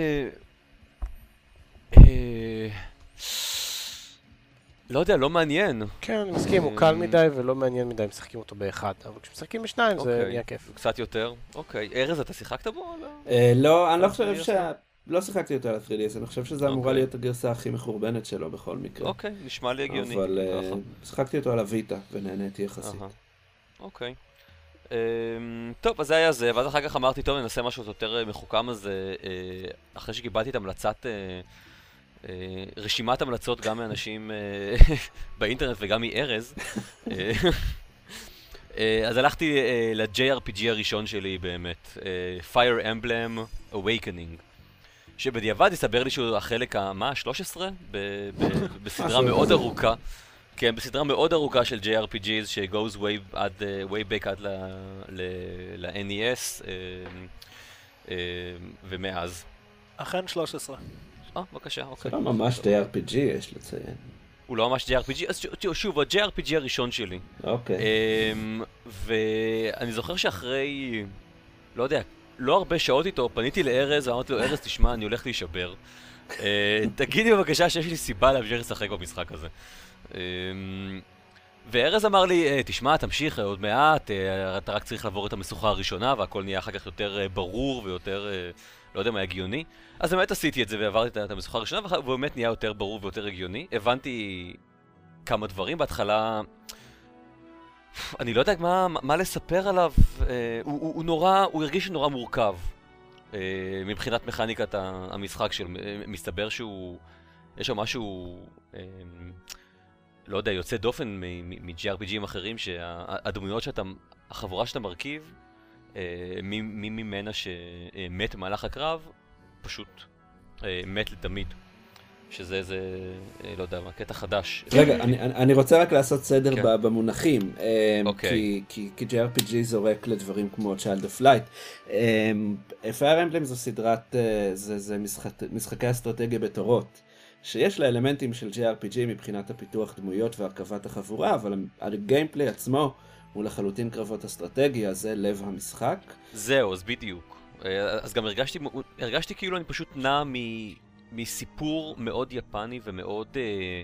לא יודע, לא מעניין. כן, אני מסכים, הוא קל מדי ולא מעניין מדי אם משחקים אותו באחד, אבל כשמשחקים בשניים זה נהיה כיף. קצת יותר? אוקיי. ארז, אתה שיחקת בו? לא, אני לא חושב לא שיחקתי אותו על ה-3DS, אני חושב שזה אמורה להיות הגרסה הכי מחורבנת שלו בכל מקרה. אוקיי, נשמע לי הגיוני. אבל שיחקתי אותו על הוויטה ונהניתי יחסית. אוקיי. טוב, אז זה היה זה, ואז אחר כך אמרתי, טוב, ננסה משהו יותר מחוכם הזה, אחרי שקיבלתי את המלצת, רשימת המלצות גם מאנשים באינטרנט וגם מארז, אז הלכתי ל-JRPG הראשון שלי באמת, Fire Emblem Awakening, שבדיעבד הסתבר לי שהוא החלק מה? 13? בסדרה מאוד ארוכה. כן, בסדרה מאוד ארוכה של JRPGs ש-goes way back עד ל-NES ומאז. אכן 13. בבקשה, אוקיי. זה לא ממש JRPG, יש לציין. הוא לא ממש JRPG, אז שוב, ה-JRPG הראשון שלי. אוקיי. ואני זוכר שאחרי, לא יודע, לא הרבה שעות איתו, פניתי לארז ואמרתי לו, ארז, תשמע, אני הולך להישבר. תגידי בבקשה שיש לי סיבה להמשיך לשחק במשחק הזה. וארז אמר לי, תשמע, תמשיך עוד מעט, אתה רק צריך לעבור את המשוכה הראשונה והכל נהיה אחר כך יותר ברור ויותר, לא יודע מה, הגיוני. אז באמת עשיתי את זה ועברתי את המשוכה הראשונה והוא באמת נהיה יותר ברור ויותר הגיוני. הבנתי כמה דברים בהתחלה, אני לא יודע מה לספר עליו, הוא הרגיש נורא מורכב מבחינת מכניקת המשחק שלו. מסתבר שהוא, יש שם משהו, לא יודע, יוצא דופן מ-JRPGים אחרים, שהדמויות החבורה שאתה מרכיב, מי ממנה שמת במהלך הקרב, פשוט מת לתמיד. שזה לא יודע מה, קטע חדש. רגע, אני רוצה רק לעשות סדר במונחים, כי JRPG זורק לדברים כמו Child of Light. Fire Emblem זו סדרת, זה משחקי אסטרטגיה בתורות, שיש לה אלמנטים של JRPG מבחינת הפיתוח דמויות והרכבת החבורה, אבל הגיימפליי עצמו הוא לחלוטין קרבות אסטרטגיה, זה לב המשחק. זהו, אז בדיוק. אז גם הרגשתי כאילו אני פשוט נע מסיפור מאוד יפני ומאוד,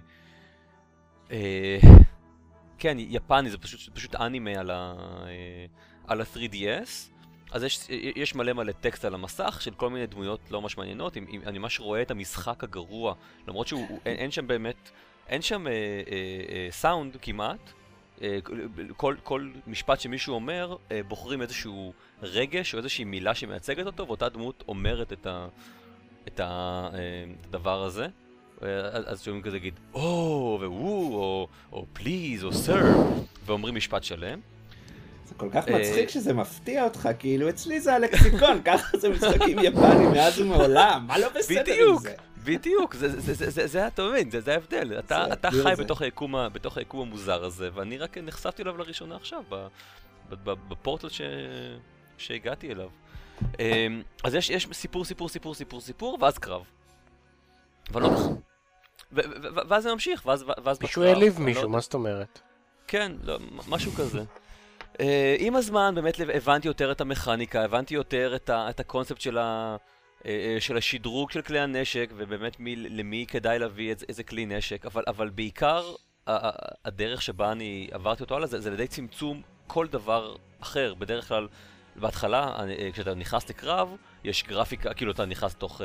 כן, יפני, זה פשוט אנימה על ה-3DS. אז יש מלא טקסט על המסך של כל מיני דמויות לא ממש מעניינות. אני ממש רואה את המשחק הגרוע, למרות שאין שם באמת, אין שם סאונד כמעט. כל משפט שמישהו אומר, בוחרים איזשהו רגש או איזושהי מילה שמייצגת אותו, ואותה דמות אומרת את הדבר הזה. אז שומעים כזה להגיד, או, והוא, או פליז, או סר, ואומרים משפט שלם. זה כל כך מצחיק שזה מפתיע אותך, כאילו אצלי זה הלקסיקון, ככה זה משחקים יפנים מאז ומעולם, מה לא בסדר עם זה? בדיוק, זה אתה מבין, זה ההבדל. אתה חי בתוך היקום המוזר הזה, ואני רק נחשפתי אליו לראשונה עכשיו, בפורטל שהגעתי אליו. אז יש סיפור, ואז קרב. אבל לא נכון. ואז זה ממשיך, ואז בקרב. מישהו העליב מישהו, מה זאת אומרת? כן, משהו כזה. עם הזמן באמת הבנתי יותר את המכניקה, הבנתי יותר את הקונספט של השדרוג של כלי הנשק, ובאמת למי כדאי להביא איזה כלי נשק, אבל בעיקר הדרך שבה אני עברתי אותו הלאה, זה לידי צמצום כל דבר אחר. בדרך כלל, בהתחלה, כשאתה נכנס לקרב, יש גרפיקה, כאילו אתה נכנס לתוך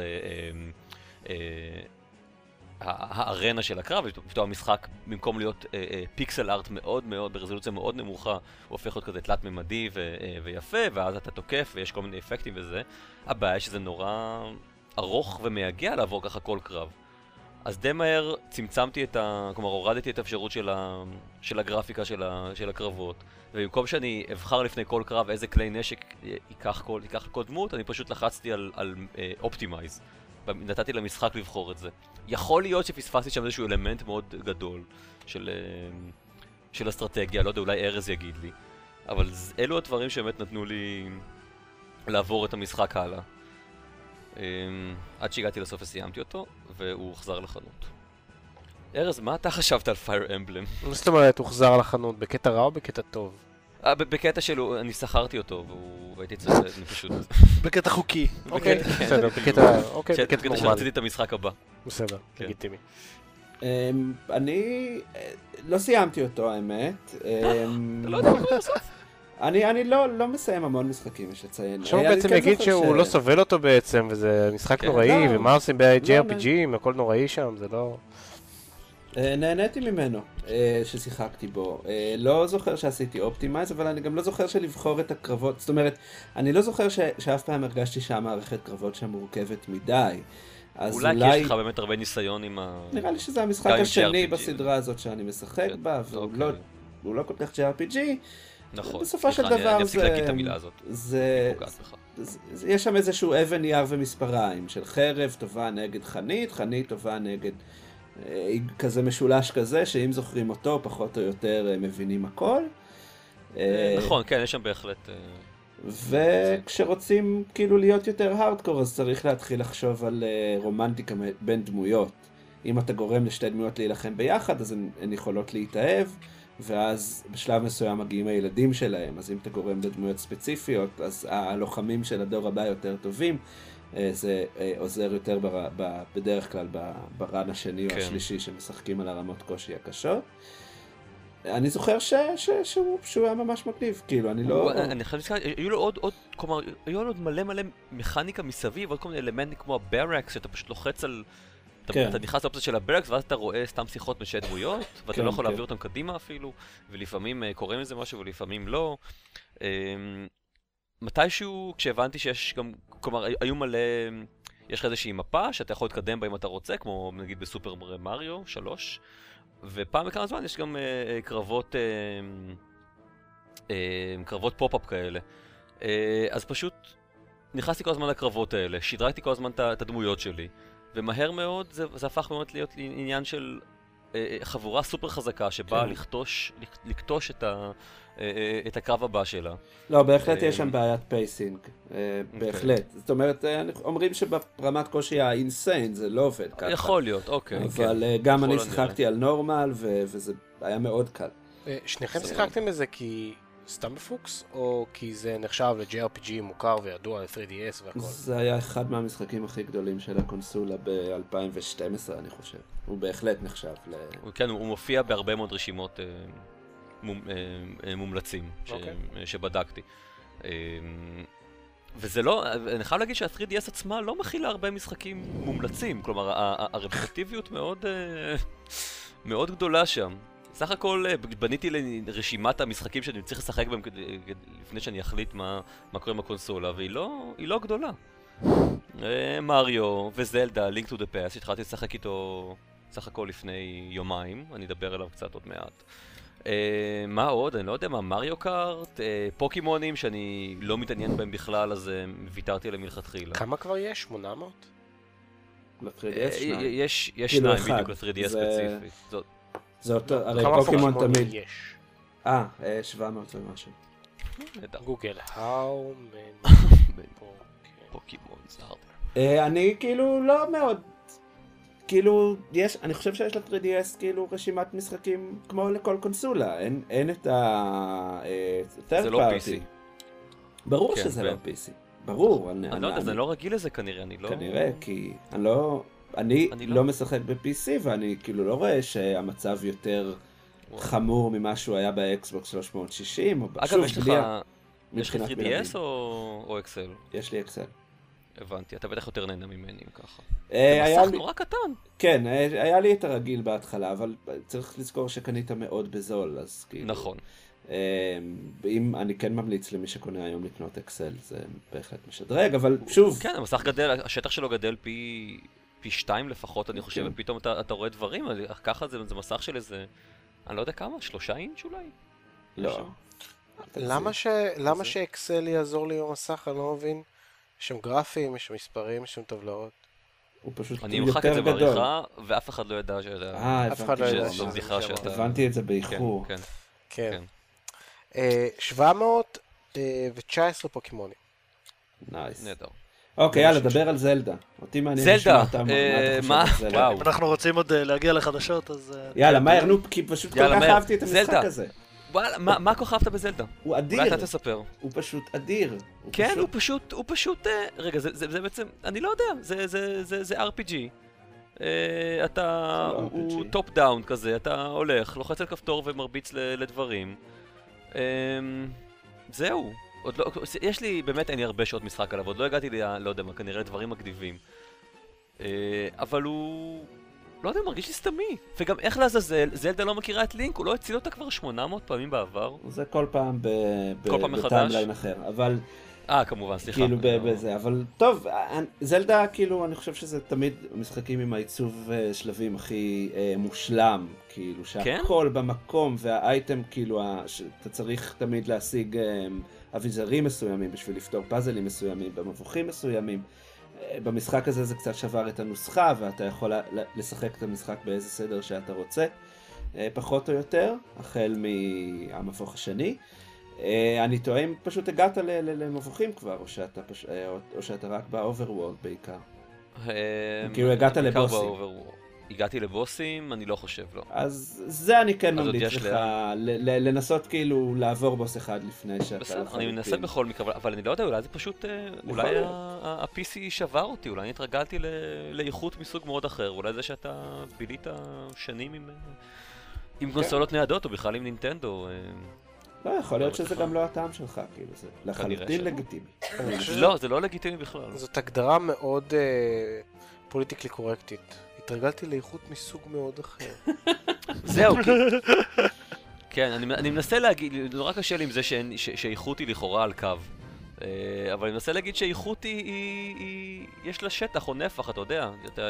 הארנה של הקרב, ופתאום המשחק, במקום להיות פיקסל ארט מאוד מאוד, ברזולוציה מאוד נמוכה, הוא הופך להיות כזה תלת-ממדי ויפה, ואז אתה תוקף ויש כל מיני אפקטים וזה. הבעיה שזה נורא ארוך ומייגע לעבור ככה כל קרב. אז די מהר צמצמתי כלומר הורדתי את האפשרות של הגרפיקה של הקרבות, ובמקום שאני אבחר לפני כל קרב איזה כלי נשק ייקח כל דמות, אני פשוט לחצתי על אופטימייז. נתתי למשחק לבחור את זה. יכול להיות שפספסתי שם איזשהו אלמנט מאוד גדול של אסטרטגיה, לא יודע, אולי ארז יגיד לי. אבל אלו הדברים שבאמת נתנו לי לעבור את המשחק הלאה. עד שהגעתי לסוף וסיימתי אותו, והוא הוחזר לחנות. ארז, מה אתה חשבת על Fire Emblem? מה זאת אומרת, הוחזר לחנות? בקטע רע או בקטע טוב? בקטע שלו, אני שכרתי אותו, והייתי צריך, אני פשוט... בקטע חוקי. אוקיי, בסדר, בקטע בקטע שרציתי את המשחק הבא. בסדר, לגיטימי. אני לא סיימתי אותו, האמת. אתה לא יודע מה לעשות. אני לא מסיים המון משחקים, יש לציין. עכשיו הוא בעצם יגיד שהוא לא סובל אותו בעצם, וזה משחק נוראי, ומה עושים ב-JRPG, הכל נוראי שם, זה לא... נהניתי ממנו ששיחקתי בו. לא זוכר שעשיתי אופטימייז, אבל אני גם לא זוכר שלבחור את הקרבות. זאת אומרת, אני לא זוכר שאף פעם הרגשתי שהמערכת קרבות שם מורכבת מדי. אולי כי יש לך באמת הרבה ניסיון עם ה... נראה לי שזה המשחק השני בסדרה הזאת שאני משחק בה, והוא לא כל כך JRPG. נכון. בסופו של דבר אני אפסיק להגיד את המילה הזאת. יש שם איזשהו אבן נייר ומספריים של חרב טובה נגד חנית, חנית טובה נגד כזה משולש כזה, שאם זוכרים אותו פחות או יותר מבינים הכל. נכון, כן, יש שם בהחלט... וכשרוצים כאילו להיות יותר הארדקור, אז צריך להתחיל לחשוב על רומנטיקה בין דמויות. אם אתה גורם לשתי דמויות להילחם ביחד, אז הן יכולות להתאהב, ואז בשלב מסוים מגיעים הילדים שלהם. אז אם אתה גורם לדמויות ספציפיות, אז הלוחמים של הדור הבא יותר טובים. זה עוזר יותר בדרך כלל ברן השני או השלישי שמשחקים על הרמות קושי הקשות. אני זוכר שהוא היה ממש מגניב, כאילו, אני לא... אני חושב שהיו לו עוד, כלומר, היו לו עוד מלא מכניקה מסביב, עוד כל מיני אלמנטים כמו הברקס, שאתה פשוט לוחץ על... אתה נכנס לאופציה של הברקס, ואז אתה רואה סתם שיחות משתי דמויות, ואתה לא יכול להעביר אותם קדימה אפילו, ולפעמים קוראים לזה משהו ולפעמים לא. מתישהו, כשהבנתי שיש גם, כלומר, היו מלא... יש לך איזושהי מפה שאתה יכול להתקדם בה אם אתה רוצה, כמו נגיד בסופר מריו 3, ופעם בכמה זמן יש גם קרבות פופ-אפ כאלה. אז פשוט נכנסתי כל הזמן לקרבות האלה, שדרגתי כל הזמן את הדמויות שלי, ומהר מאוד זה הפך באמת להיות עניין של חבורה סופר חזקה שבאה לקטוש את הקרב הבא שלה. לא, בהחלט יש שם בעיית פייסינג, בהחלט. זאת אומרת, אומרים שברמת קושי האינסיין זה לא עובד ככה. יכול להיות, אוקיי. אבל גם אני שיחקתי על נורמל, וזה היה מאוד קל. שניכם שיחקתם את זה כי סתם בפוקס, או כי זה נחשב ל-JRPG מוכר וידוע ל-3DS והכל? זה היה אחד מהמשחקים הכי גדולים של הקונסולה ב-2012, אני חושב. הוא בהחלט נחשב כן, הוא מופיע בהרבה מאוד רשימות מומלצים שבדקתי. וזה לא, אני חייב להגיד שה-3DS עצמה לא מכילה הרבה משחקים מומלצים, כלומר הרפטטיביות מאוד גדולה שם. סך הכל בניתי לרשימת המשחקים שאני צריך לשחק בהם לפני שאני אחליט מה קורה עם הקונסולה, והיא לא גדולה. מריו וזלדה, Link to the Past, התחלתי לשחק איתו סך הכל לפני יומיים, אני אדבר עליו קצת עוד מעט. מה עוד? אני לא יודע מה, מריו קארט, פוקימונים שאני לא מתעניין בהם בכלל, אז ויתרתי עליהם מלכתחילה. כמה כבר יש? 800? ל-3DS שניים. יש כאילו שניים אחד. בדיוק ל-3DS זה- ספציפית. זה אותו, הרי כמה פוקימון פוקימונים תמיד. יש? 700 ומשהו. נהדר. גוגל, how many פוקימון, זה הרבה. אני כאילו לא מאוד, כאילו אני חושב שיש ל-3DS כאילו רשימת משחקים כמו לכל קונסולה, אין את ה-third זה לא party. PC. ברור כן, שזה כן. לא PC, ברור. אני לא יודע, אני לא רגיל לזה כנראה, אני לא... כנראה, כי אני אני לא משחק ב-PC ואני כאילו לא רואה שהמצב יותר חמור ממה שהוא היה באקסבוקס 360. אגב, יש לך מבחינת 3DS בלעדים. או אקסל? יש לי אקסל. הבנתי, אתה בטח יותר נהנה ממני אם ככה. היה זה מסך לי- נורא קטן. כן, היה לי את הרגיל בהתחלה, אבל צריך לזכור שקנית מאוד בזול, אז כאילו... נכון. אם אני כן ממליץ למי שקונה היום לקנות אקסל, זה בהחלט משדרג, אבל שוב, כן, המסך גדל, השטח שלו גדל פי 2 לפחות, אני חושב, כן. ופתאום אתה רואה דברים, ככה זה מסך של איזה, אני לא יודע כמה, 3 אינץ' אולי? לא. למה שאקסל יעזור לי במסך? אני לא מבין. יש שם גרפים, יש שם מספרים, יש שם טבלאות. הוא פשוט אני אמחק את זה יותר גדול. בעריכה, ואף אחד לא ידע אף אחד לא ידע שזו בדיחה שאתה... הבנתי את זה כן, באיחור. כן. כן. כן. 719 פוקימונים. נייס. נהדר. אוקיי, יאללה, דבר על זלדה. אותי מעניין זלדה, לשמוע אתה מה אתה מה? חושב על זלדה. וואו. אם אנחנו רוצים עוד להגיע לחדשות, אז... יאללה, מהר, נו, כי פשוט כל יאללה, כך מהר. אהבתי את המשחק זלדה. הזה. וואלה, מה כל כך אהבת בזלדה? הוא אדיר. אולי אתה תספר. הוא פשוט אדיר. כן, הוא פשוט, רגע, זה בעצם, אני לא יודע, זה RPG. אתה, זה לא הוא RPG. טופ דאון כזה, אתה הולך, לוחץ על כפתור ומרביץ לדברים. זהו. עוד לא, יש לי, באמת אין לי הרבה שעות משחק עליו, עוד לא הגעתי לא יודע מה, כנראה דברים מגניבים. אבל הוא... לא יודע, מרגיש לי סתמי. וגם איך לעזאזל, זלדה לא מכירה את לינק, הוא לא הציל אותה כבר 800 פעמים בעבר. זה כל פעם כל פעם מחדש? בטיימליין אחר, אבל כמובן, סליחה. כאילו אני לא- בזה, אבל טוב, זלדה כאילו אני חושב שזה תמיד משחקים עם העיצוב שלבים הכי מושלם, כאילו שהכל במקום והאייטם כאילו אתה צריך תמיד להשיג אביזרים מסוימים בשביל לפתור פאזלים מסוימים במבוכים מסוימים. במשחק הזה זה קצת שבר את הנוסחה ואתה יכול לשחק את המשחק באיזה סדר שאתה רוצה, פחות או יותר, החל מהמבוך השני. אני טועה אם פשוט הגעת למבוכים כבר, או שאתה רק באוברוורד בעיקר. כאילו הגעת לבוסים. הגעתי לבוסים, אני לא חושב, לא. אז זה אני כן אז עוד ממליץ יש לך, לנסות כאילו לעבור בוס אחד לפני שאתה... בסדר, אני מנסה בכל מקרה, אבל אני לא יודע, אולי זה פשוט, אולי ה-PC שבר אותי, אולי אני התרגלתי לאיכות מסוג מאוד אחר, אולי זה שאתה בילית שנים עם קונסולות ניידות, או בכלל עם נינטנדו. לא, יכול להיות שזה גם לא הטעם שלך, כאילו, זה לחלוטין שלא. לגיטימי. לא, זה לא לגיטימי בכלל. זאת הגדרה מאוד פוליטיקלי קורקטית. התרגלתי לאיכות מסוג מאוד אחר. זהו, כן, אני מנסה להגיד, נורא קשה לי עם זה שאיכות היא לכאורה על קו. אבל אני מנסה להגיד שאיכות יש לה שטח או נפח, אתה יודע.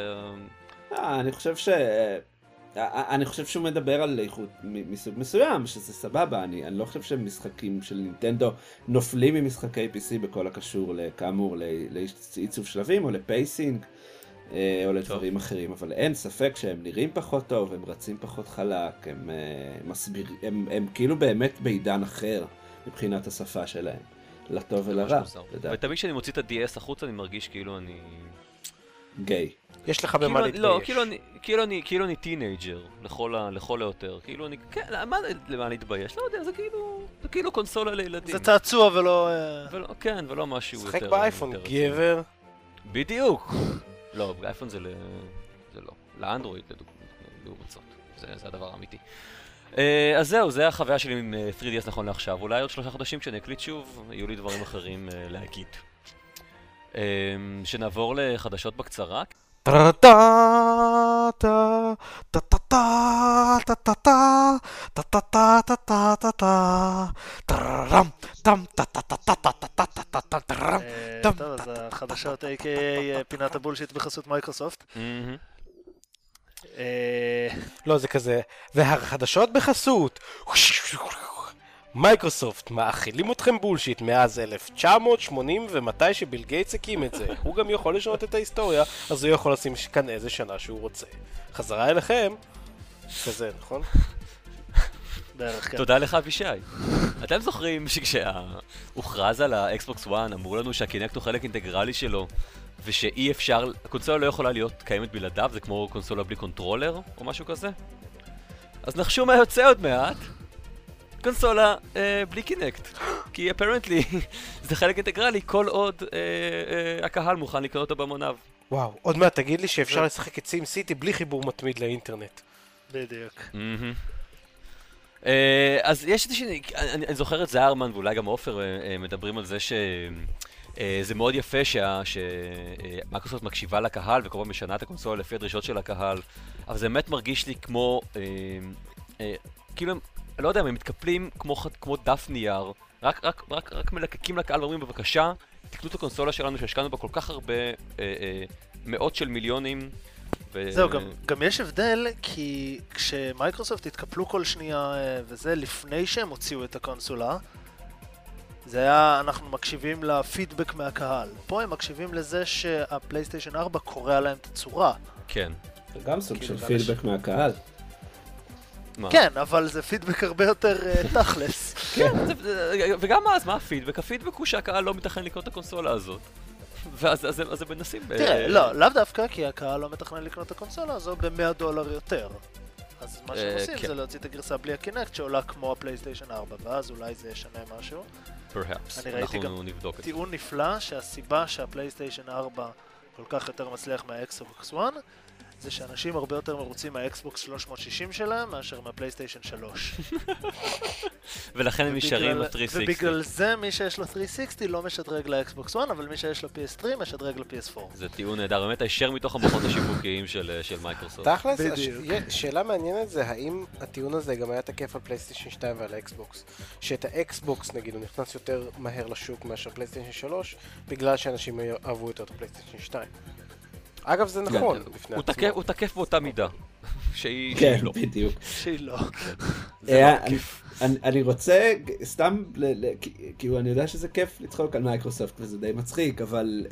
אני חושב שהוא מדבר על איכות מסוג מסוים, שזה סבבה. אני לא חושב שמשחקים של נינטנדו נופלים ממשחקי PC בכל הקשור, כאמור, לעיצוב שלבים או לפייסינג. או לדברים אחרים, אבל אין ספק שהם נראים פחות טוב, הם רצים פחות חלק, הם כאילו באמת בעידן אחר מבחינת השפה שלהם, לטוב ולרע. ותמיד כשאני מוציא את ה-DS החוץ אני מרגיש כאילו אני... גיי. יש לך במה להתבייש. לא, כאילו אני טינג'ר, לכל היותר. כאילו אני... כן, למה להתבייש? לא יודע, זה כאילו קונסולה לילדים. זה צעצוע ולא... כן, ולא משהו יותר... שחק באייפון, גבר. בדיוק. לא, באייפון זה לא. לאנדרואיד, לעומת. זה הדבר האמיתי. אז זהו, זה החוויה שלי עם 3DS נכון לעכשיו. אולי עוד 3 חודשים כשאני אקליט שוב, יהיו לי דברים אחרים להגיד. שנעבור לחדשות בקצרה. טוב, אז החדשות, a.k.a. פינת הבולשיט בחסות מייקרוסופט. לא, זה כזה, והחדשות בחסות. מייקרוסופט, מאכילים אתכם בולשיט מאז 1980 ומתי שביל גייטס הקים את זה. הוא גם יכול לשנות את ההיסטוריה, אז הוא יכול לשים כאן איזה שנה שהוא רוצה. חזרה אליכם, כזה, נכון? בערך כן. תודה לך אבישי. אתם זוכרים שכשהוכרז על האקסבוקס 1 אמרו לנו שהקינקט הוא חלק אינטגרלי שלו ושאי אפשר, הקונסולה לא יכולה להיות קיימת בלעדיו, זה כמו קונסולה בלי קונטרולר או משהו כזה? אז נחשו מה יוצא עוד מעט. קונסולה בלי קינקט, כי אפרנטלי זה חלק אינטגרלי כל עוד הקהל מוכן לקנות אותו במוניו. וואו, עוד מעט תגיד לי שאפשר לשחק את סים סיטי בלי חיבור מתמיד לאינטרנט. בדיוק. אז יש איזושהי, אני זוכר את זהרמן ואולי גם עופר מדברים על זה שזה מאוד יפה שמייקרוסופט מקשיבה לקהל וכמובן משנה את הקונסולה לפי הדרישות של הקהל, אבל זה באמת מרגיש לי כמו, כאילו, אני לא יודע, הם מתקפלים כמו דף נייר, רק מלקקים לקהל ואומרים בבקשה, תקנו את הקונסולה שלנו שהשקענו בה כל כך הרבה מאות של מיליונים. זהו, גם יש הבדל, כי כשמייקרוסופט התקפלו כל שנייה וזה לפני שהם הוציאו את הקונסולה, זה היה, אנחנו מקשיבים לפידבק מהקהל. פה הם מקשיבים לזה שהפלייסטיישן 4 קורא להם את הצורה. כן. זה גם סוג של פידבק מהקהל. כן, אבל זה פידבק הרבה יותר תכלס. כן, וגם אז, מה הפידבק? הפידבק הוא שהקהל לא מתכנן לקנות את הקונסולה הזאת. ואז הם מנסים... תראה, לאו דווקא, כי הקהל לא מתכנן לקנות את הקונסולה הזו ב$100 יותר. אז מה שהם עושים זה להוציא את הגרסה בלי הקינקט שעולה כמו הפלייסטיישן 4, ואז אולי זה ישנה משהו. Perhaps, אני ראיתי גם טיעון נפלא שהסיבה שהפלייסטיישן 4 כל כך יותר מצליח מהאקסבוקס 1 זה שאנשים הרבה יותר מרוצים מהאקסבוקס 360 שלהם מאשר מהפלייסטיישן 3. ולכן הם נשארים ל-360. ובגלל זה מי שיש לו 360 לא משדרג לאקסבוקס 1, אבל מי שיש לו PS3 משדרג ל-PS4. זה טיעון נהדר, באמת הישר מתוך המוחות השיווקיים של מייקרוסופט. תכלס, שאלה מעניינת זה האם הטיעון הזה גם היה תקף על פלייסטיישן 2 ועל האקסבוקס. שאת האקסבוקס נגיד הוא נכנס יותר מהר לשוק מאשר פלייסטיישן 3 בגלל שאנשים אהבו יותר את הפלייסטיישן 2. אגב, זה נכון. הוא תקף באותה מידה. שהיא לא. כן, בדיוק. שהיא לא. אני רוצה, סתם, כאילו אני יודע שזה כיף לצחוק על מייקרוסופט וזה די מצחיק, אבל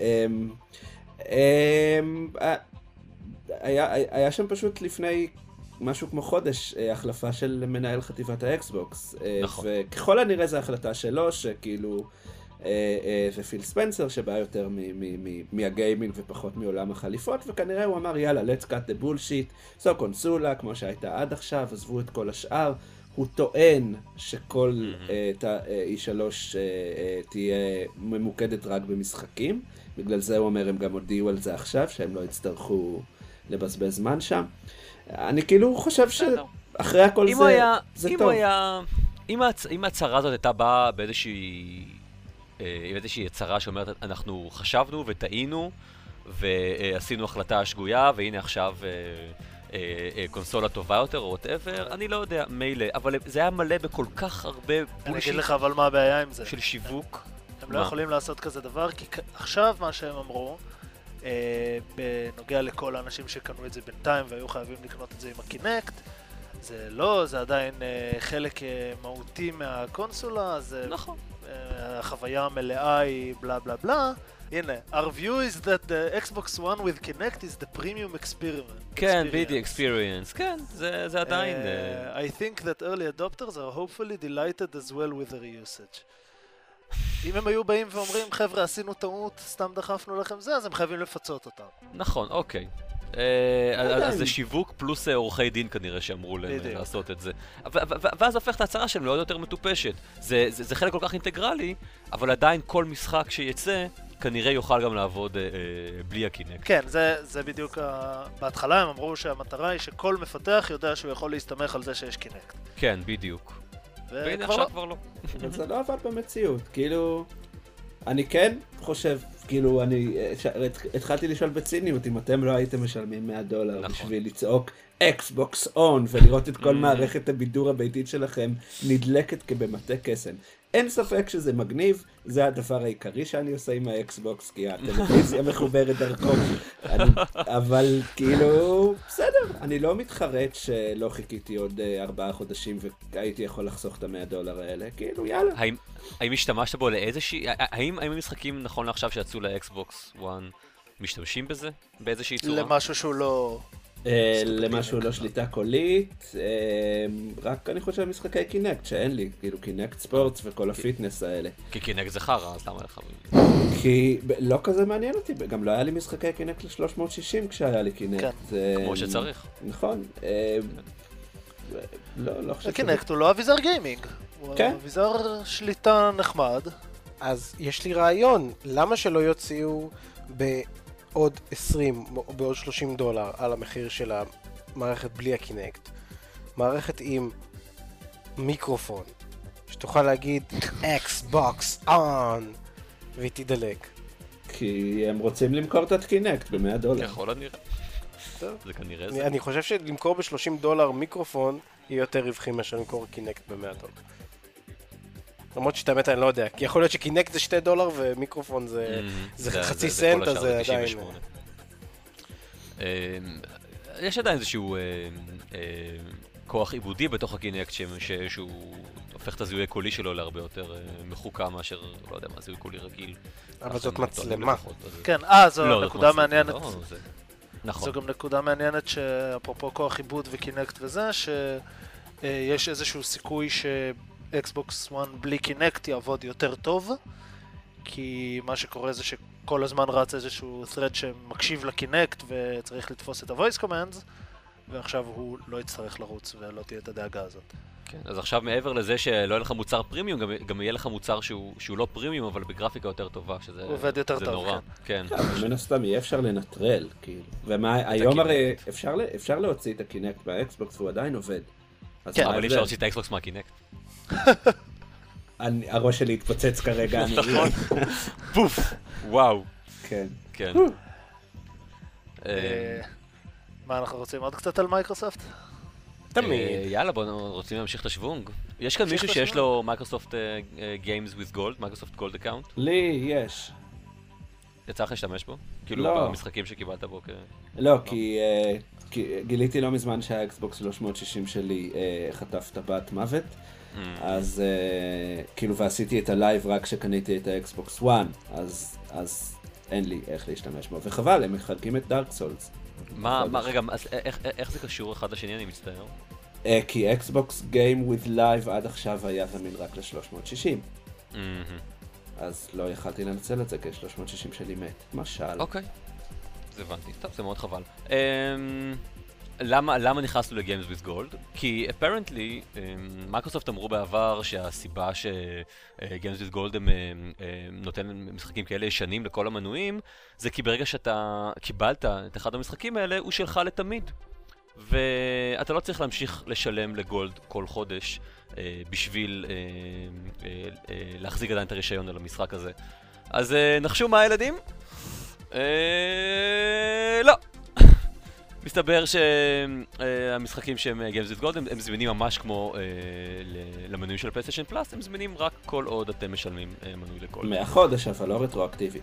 היה שם פשוט לפני משהו כמו חודש החלפה של מנהל חטיבת האקסבוקס. נכון. וככל הנראה זו החלטה שלו, שכאילו... ופיל ספנסר שבא יותר מהגיימינג ופחות מעולם החליפות, וכנראה הוא אמר יאללה, let's cut the bullshit, זו קונסולה כמו שהייתה עד עכשיו, עזבו את כל השאר. הוא טוען שכל E3 תהיה ממוקדת רק במשחקים, בגלל זה הוא אומר הם גם הודיעו על זה עכשיו, שהם לא יצטרכו לבזבז זמן שם. אני כאילו חושב שאחרי הכל זה טוב. אם ההצהרה הזאת הייתה באה באיזושהי הצהרה שאומרת, אנחנו חשבנו וטעינו ועשינו החלטה שגויה והנה עכשיו קונסולה טובה יותר או whatever, אני לא יודע, מילא, אבל זה היה מלא בכל כך הרבה בולשיט. אני אגיד לך אבל מה הבעיה עם זה. של שיווק. הם לא יכולים לעשות כזה דבר, כי עכשיו מה שהם אמרו, בנוגע לכל האנשים שקנו את זה בינתיים והיו חייבים לקנות את זה עם הקינקט, זה לא, זה עדיין חלק מהותי מהקונסולה, זה... נכון. החוויה המלאה היא בלה בלה בלה. הנה, our view is that the Xbox One with Kinect is the premium experience. כן, BD experience, כן, זה עדיין... I think that early adopters are hopefully delighted as well with their usage. אם הם היו באים ואומרים, חבר'ה, עשינו טעות, סתם דחפנו לכם זה, אז הם חייבים לפצות אותם. נכון, אוקיי. אז זה שיווק פלוס עורכי דין כנראה שאמרו להם לעשות את זה. ואז הופך את ההצהרה שלהם לעוד יותר מטופשת. זה חלק כל כך אינטגרלי, אבל עדיין כל משחק שיצא כנראה יוכל גם לעבוד בלי הקינקט. כן, זה בדיוק, בהתחלה הם אמרו שהמטרה היא שכל מפתח יודע שהוא יכול להסתמך על זה שיש קינקט. כן, בדיוק. והנה עכשיו כבר לא. אבל זה לא עבד במציאות, כאילו... אני כן חושב, כאילו, אני התחלתי לשאול בציניות, אם אתם לא הייתם משלמים $100 בשביל לצעוק Xbox on ולראות את כל מערכת הבידור הביתית שלכם נדלקת כבמטה קסם. אין ספק שזה מגניב, זה הדבר העיקרי שאני עושה עם האקסבוקס, כי הטלוויזיה מחוברת דרכו, אבל כאילו, בסדר, אני לא מתחרט שלא חיכיתי עוד 4 חודשים והייתי יכול לחסוך את $100 האלה, כאילו, יאללה. האם השתמשת בו לאיזושהי, האם המשחקים נכון לעכשיו שיצאו לאקסבוקס 1 משתמשים בזה? באיזושהי צורה? למשהו שהוא לא... למשהו לא שליטה קולית, רק אני חושב משחקי קינקט שאין לי, כאילו קינקט ספורטס וכל הפיטנס האלה. כי קינקט זה חרא, אז למה לך? כי לא כזה מעניין אותי, גם לא היה לי משחקי קינקט ל-360 כשהיה לי קינקט. כמו שצריך. נכון. לא חושב... קינקט הוא לא אביזר גיימינג, הוא אביזר שליטה נחמד. אז יש לי רעיון, למה שלא יוציאו בעוד 20 או בעוד $30 על המחיר של המערכת בלי הקינקט, מערכת עם מיקרופון, שתוכל להגיד Xbox on והיא תדלק. כי הם רוצים למכור את הקינקט ב$100. יכול להיות נראה. זה כנראה זה. אני חושב שלמכור ב$30 מיקרופון יהיה יותר רווחי מאשר למכור קינקט ב$100. למרות שאת האמת אני לא יודע, כי יכול להיות שקינקט זה $2 ומיקרופון זה חצי סנט, אז זה עדיין... יש עדיין איזשהו כוח עיבודי בתוך הקינקט שהוא הופך את הזיהוי הקולי שלו להרבה יותר מחוקה מאשר, לא יודע מה, זיהוי קולי רגיל. אבל זאת מצלמה. כן, זו נקודה מעניינת. נכון. זו גם נקודה מעניינת שאפרופו כוח עיבוד וקינקט וזה, שיש איזשהו סיכוי שאקסבוקס 1 בלי קינקט יעבוד יותר טוב, כי מה שקורה זה שכל הזמן רץ איזשהו thread שמקשיב לקינקט וצריך לתפוס את ה-voice commands, ועכשיו הוא לא יצטרך לרוץ ולא תהיה את הדאגה הזאת. כן, אז עכשיו מעבר לזה שלא יהיה לך מוצר פרימיום, גם יהיה לך מוצר שהוא לא פרימיום, אבל בגרפיקה יותר טובה, שזה עובד יותר טוב, נורא. כן. אבל מן הסתם יהיה אפשר לנטרל, כאילו. והיום הרי אפשר להוציא את הקינקט באקסבוקס והוא עדיין עובד. כן, אבל אי אפשר להוציא את האקסבוקס מהקינקט. הראש שלי התפוצץ כרגע. נכון. פוף. וואו. כן. כן. מה, אנחנו רוצים עוד קצת על מייקרוסופט? תמיד. יאללה, בואו רוצים להמשיך את השוונג. יש כאן מישהו שיש לו מייקרוסופט Games with Gold, מייקרוסופט גולד אקאונט? לי יש. יצא לך להשתמש בו? כאילו במשחקים שקיבלת בו לא, כי גיליתי לא מזמן שהאקסבוקס 360 שלי חטף טבעת מוות, אז כאילו ועשיתי את הלייב רק כשקניתי את האקסבוקס 1, אז אין לי איך להשתמש בו, וחבל, הם מחלקים את דארק סולס. רגע, אז איך זה קשור אחד לשני, אני מצטער? כי אקסבוקס Game with Live עד עכשיו היה זמין רק ל-360. אז לא יכלתי לנצל את זה, כי 360 שלי מת. משל. אוקיי. זה הבנתי. טוב, זה מאוד חבל. למה נכנסנו ל-Games with Gold? כי apparently, מייקרוסופט אמרו בעבר שהסיבה ש-Games with Gold נותן משחקים כאלה ישנים לכל המנויים, זה כי ברגע שאתה קיבלת את אחד המשחקים האלה, הוא שלך לתמיד. ואתה לא צריך להמשיך לשלם לגולד כל חודש בשביל להחזיק עדיין את הרישיון על המשחק הזה. אז נחשו מה הילדים? לא. מסתבר שהמשחקים שהם Games with Gold הם זמינים ממש כמו למנויים של פלייסטיישן פלאס, הם זמינים רק כל עוד אתם משלמים מנוי לכל. מהחודש אבל לא רטרואקטיבי.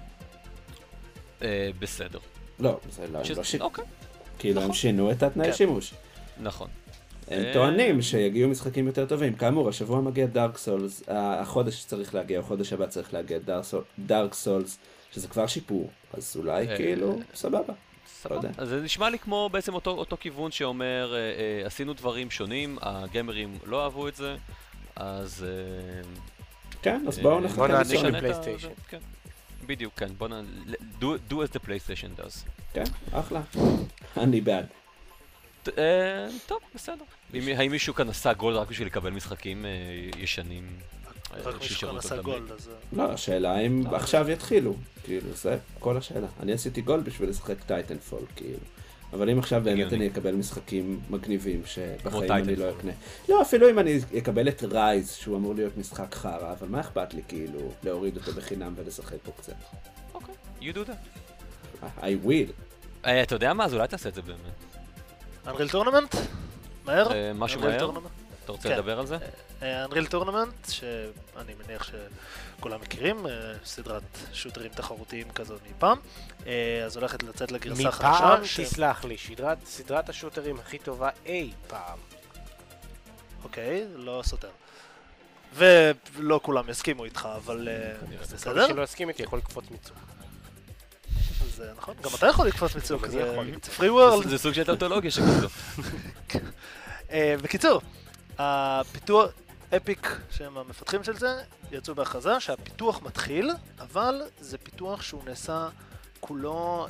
בסדר. לא, זה לא שינו. אוקיי. כאילו הם שינו את התנאי שימוש. נכון. הם טוענים שיגיעו משחקים יותר טובים. כאמור, השבוע מגיע דארק סולס, החודש צריך להגיע, החודש הבא צריך להגיע דארק סולס, שזה כבר שיפור, אז אולי כאילו סבבה. אז זה נשמע לי כמו בעצם אותו כיוון שאומר, עשינו דברים שונים, הגיימרים לא אהבו את זה, אז... כן, אז בואו נעניק לפלייסטיישן. בדיוק, כן, בואו do as the PlayStation does. כן, אחלה. אני בעד. טוב, בסדר. האם מישהו כאן עשה גולד רק בשביל לקבל משחקים ישנים? רק מישהו כאן עשה גולד, אז... לא, השאלה אם עכשיו יתחילו, כאילו, זה כל השאלה. אני עשיתי גולד בשביל לשחק טייטנפול, כאילו. אבל אם עכשיו באמת אני אקבל משחקים מגניבים שבחיים אני לא אקנה. לא, אפילו אם אני אקבל את רייז, שהוא אמור להיות משחק חרא, אבל מה אכפת לי כאילו להוריד אותו בחינם ולשחק פה קצת? אוקיי, you do that. I will. אתה יודע מה? אז אולי תעשה את זה באמת. אנריל טורנמנט? מהר? משהו מהר? אתה רוצה כן. לדבר על זה? Unreal Tournament, שאני מניח שכולם מכירים, סדרת שוטרים תחרותיים כזאת מפעם, אז הולכת לצאת לגרסה חדשה. מפעם, תסלח לי, סדרת השוטרים הכי טובה אי פעם. אוקיי, לא סותר. ולא כולם יסכימו איתך, אבל בסדר. מי שלא יסכים איתי יכול לקפוץ מצוק. זה נכון, גם אתה יכול לקפוץ מצוק, אני זה יכול. free world. זה סוג של טאוטולוגיה שכזו. בקיצור, הפיתוח אפיק שהם המפתחים של זה יצאו בהכרזה שהפיתוח מתחיל, אבל זה פיתוח שהוא נעשה כולו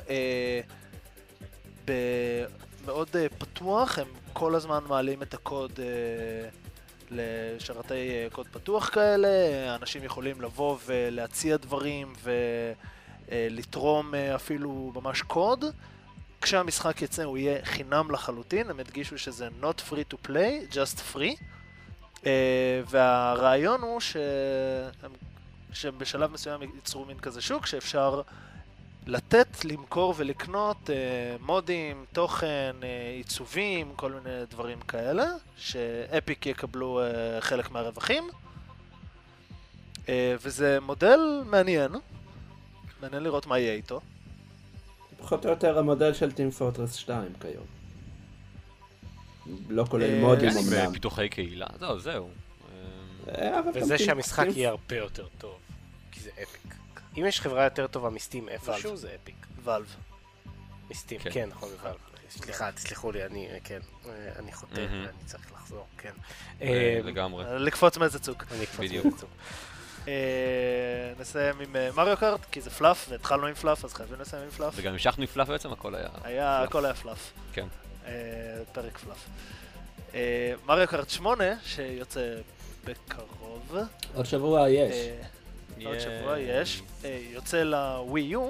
מאוד פתוח, הם כל הזמן מעלים את הקוד לשרתי קוד פתוח כאלה, אנשים יכולים לבוא ולהציע דברים ולתרום אפילו ממש קוד. כשהמשחק יצא הוא יהיה חינם לחלוטין, הם הדגישו שזה not free to play, just free. והרעיון הוא שבשלב מסוים ייצרו מין כזה שוק שאפשר לתת, למכור ולקנות מודים, תוכן, עיצובים, כל מיני דברים כאלה, שאפיק יקבלו חלק מהרווחים. וזה מודל מעניין לראות מה יהיה איתו. פחות או יותר המודל של Team Fortress 2 כיום. לא כולל מודים אמנם. פיתוחי קהילה, זהו. וזה שהמשחק יהיה הרבה יותר טוב, כי זה אפיק. אם יש חברה יותר טובה מסטים איפשהו, זה אפיק. ואלב. מסטים, כן, נכון, ואלב. סליחה, תסלחו לי, אני חוטא, אני צריך לחזור, כן. לגמרי. לקפוץ מאיזה צוק. אני אקפוץ בדיוק. מאיזה צוק. נסיים עם מריו קארט, כי זה פלאף, והתחלנו עם פלאף, אז חייבים לסיים עם פלאף. וגם המשכנו עם פלאף בעצם, הכל היה... הכל היה פלאף. כן. פרק פלאף. מריו קארט 8, שיוצא בקרוב. עוד שבוע יש. עוד שבוע יש. יוצא לווי יו,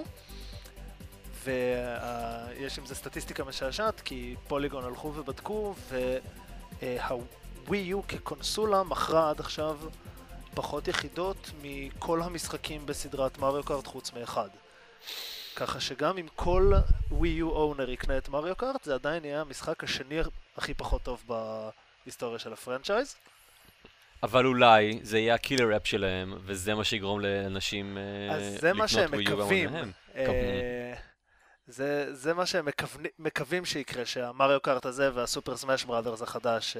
ויש עם זה סטטיסטיקה משעשעת, כי פוליגון הלכו ובדקו, והווי יו כקונסולה מכרה עד עכשיו פחות יחידות מכל המשחקים בסדרת מריו קארט חוץ מאחד. ככה שגם אם כל ווי יו אונר יקנה את מריו קארט, זה עדיין יהיה המשחק השני הכי פחות טוב בהיסטוריה של הפרנצ'ייז. אבל אולי זה יהיה הקילר אפ שלהם, וזה מה שיגרום לאנשים אז זה מה שהם מקווים. מקווים. זה מה שהם מקווים שיקרה, שהמריו קארט הזה והסופר סמאש בראדרס החדש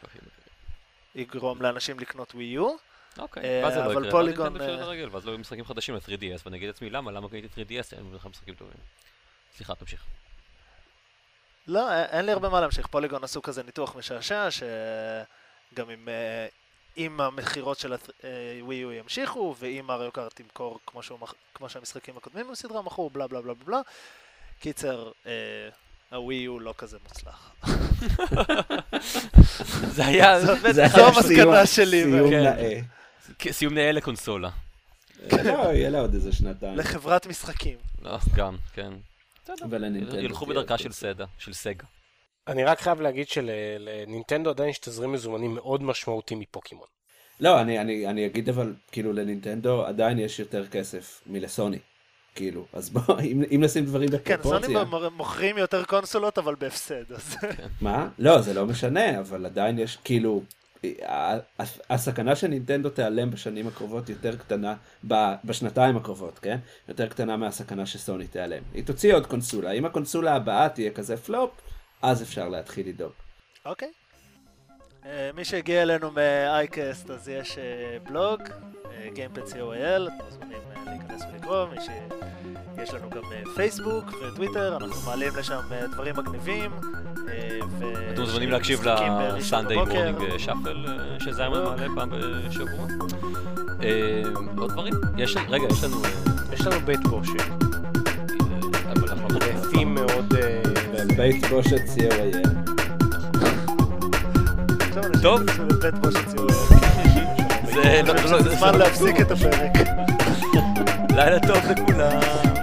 יגרום לאנשים לקנות ווי יו. אוקיי, ואז זה לא יקרה, פוליגון... ואז נינטנדו לרגל, ואז לא יהיו משחקים חדשים ל-3DS, ואני אגיד לעצמי, למה קניתי 3DS, אין לך משחקים טובים. סליחה, תמשיך. לא, אין לי הרבה מה להמשיך. פוליגון עשו כזה ניתוח משעשע, שגם אם המחירות של הווי יו ימשיכו, ואם מריו קארט תמכור כמו שהמשחקים הקודמים בסדרה מכרו, בלה בלה בלה בלה. קיצר, הווי יו לא כזה מוצלח. זה היה... זו המסקנה שלי. סיום נאה. סיום נאה לקונסולה. לא, יהיה לה עוד איזה שנתיים. לחברת משחקים. לא, גם, כן. ילכו בדרכה של סגה. אני רק חייב להגיד שלנינטנדו עדיין יש תזרים מזומנים מאוד משמעותי מפוקימון. לא, אני אגיד אבל, כאילו לנינטנדו עדיין יש יותר כסף מלסוני. כאילו, אז בוא, אם נשים דברים בפרופורציה... כן, סוני מוכרים יותר קונסולות, אבל בהפסד, אז... מה? לא, זה לא משנה, אבל עדיין יש, כאילו... הסכנה שנינטנדו תיעלם בשנים הקרובות יותר קטנה, בשנתיים הקרובות, כן? יותר קטנה מהסכנה שסוני תיעלם. היא תוציא עוד קונסולה. אם הקונסולה הבאה תהיה כזה פלופ, אז אפשר להתחיל לדאוג. אוקיי. מי שהגיע אלינו מ-iCast, אז יש בלוג, gamepad.co.il, אתם מוזמנים להיכנס ולקרוא, יש לנו גם פייסבוק וטוויטר, אנחנו מעלים לשם דברים מגניבים. אתם מוזמנים להקשיב לסנדיי מורנינג שפל, שזיימן מעלה פעם בשבוע. עוד דברים? רגע, יש לנו בית בושת. אבל אנחנו יפים מאוד... בית בושת co.il. טוב. בית בושת co.il. זה זמן להפסיק את הפרק. לילה טוב לכולם.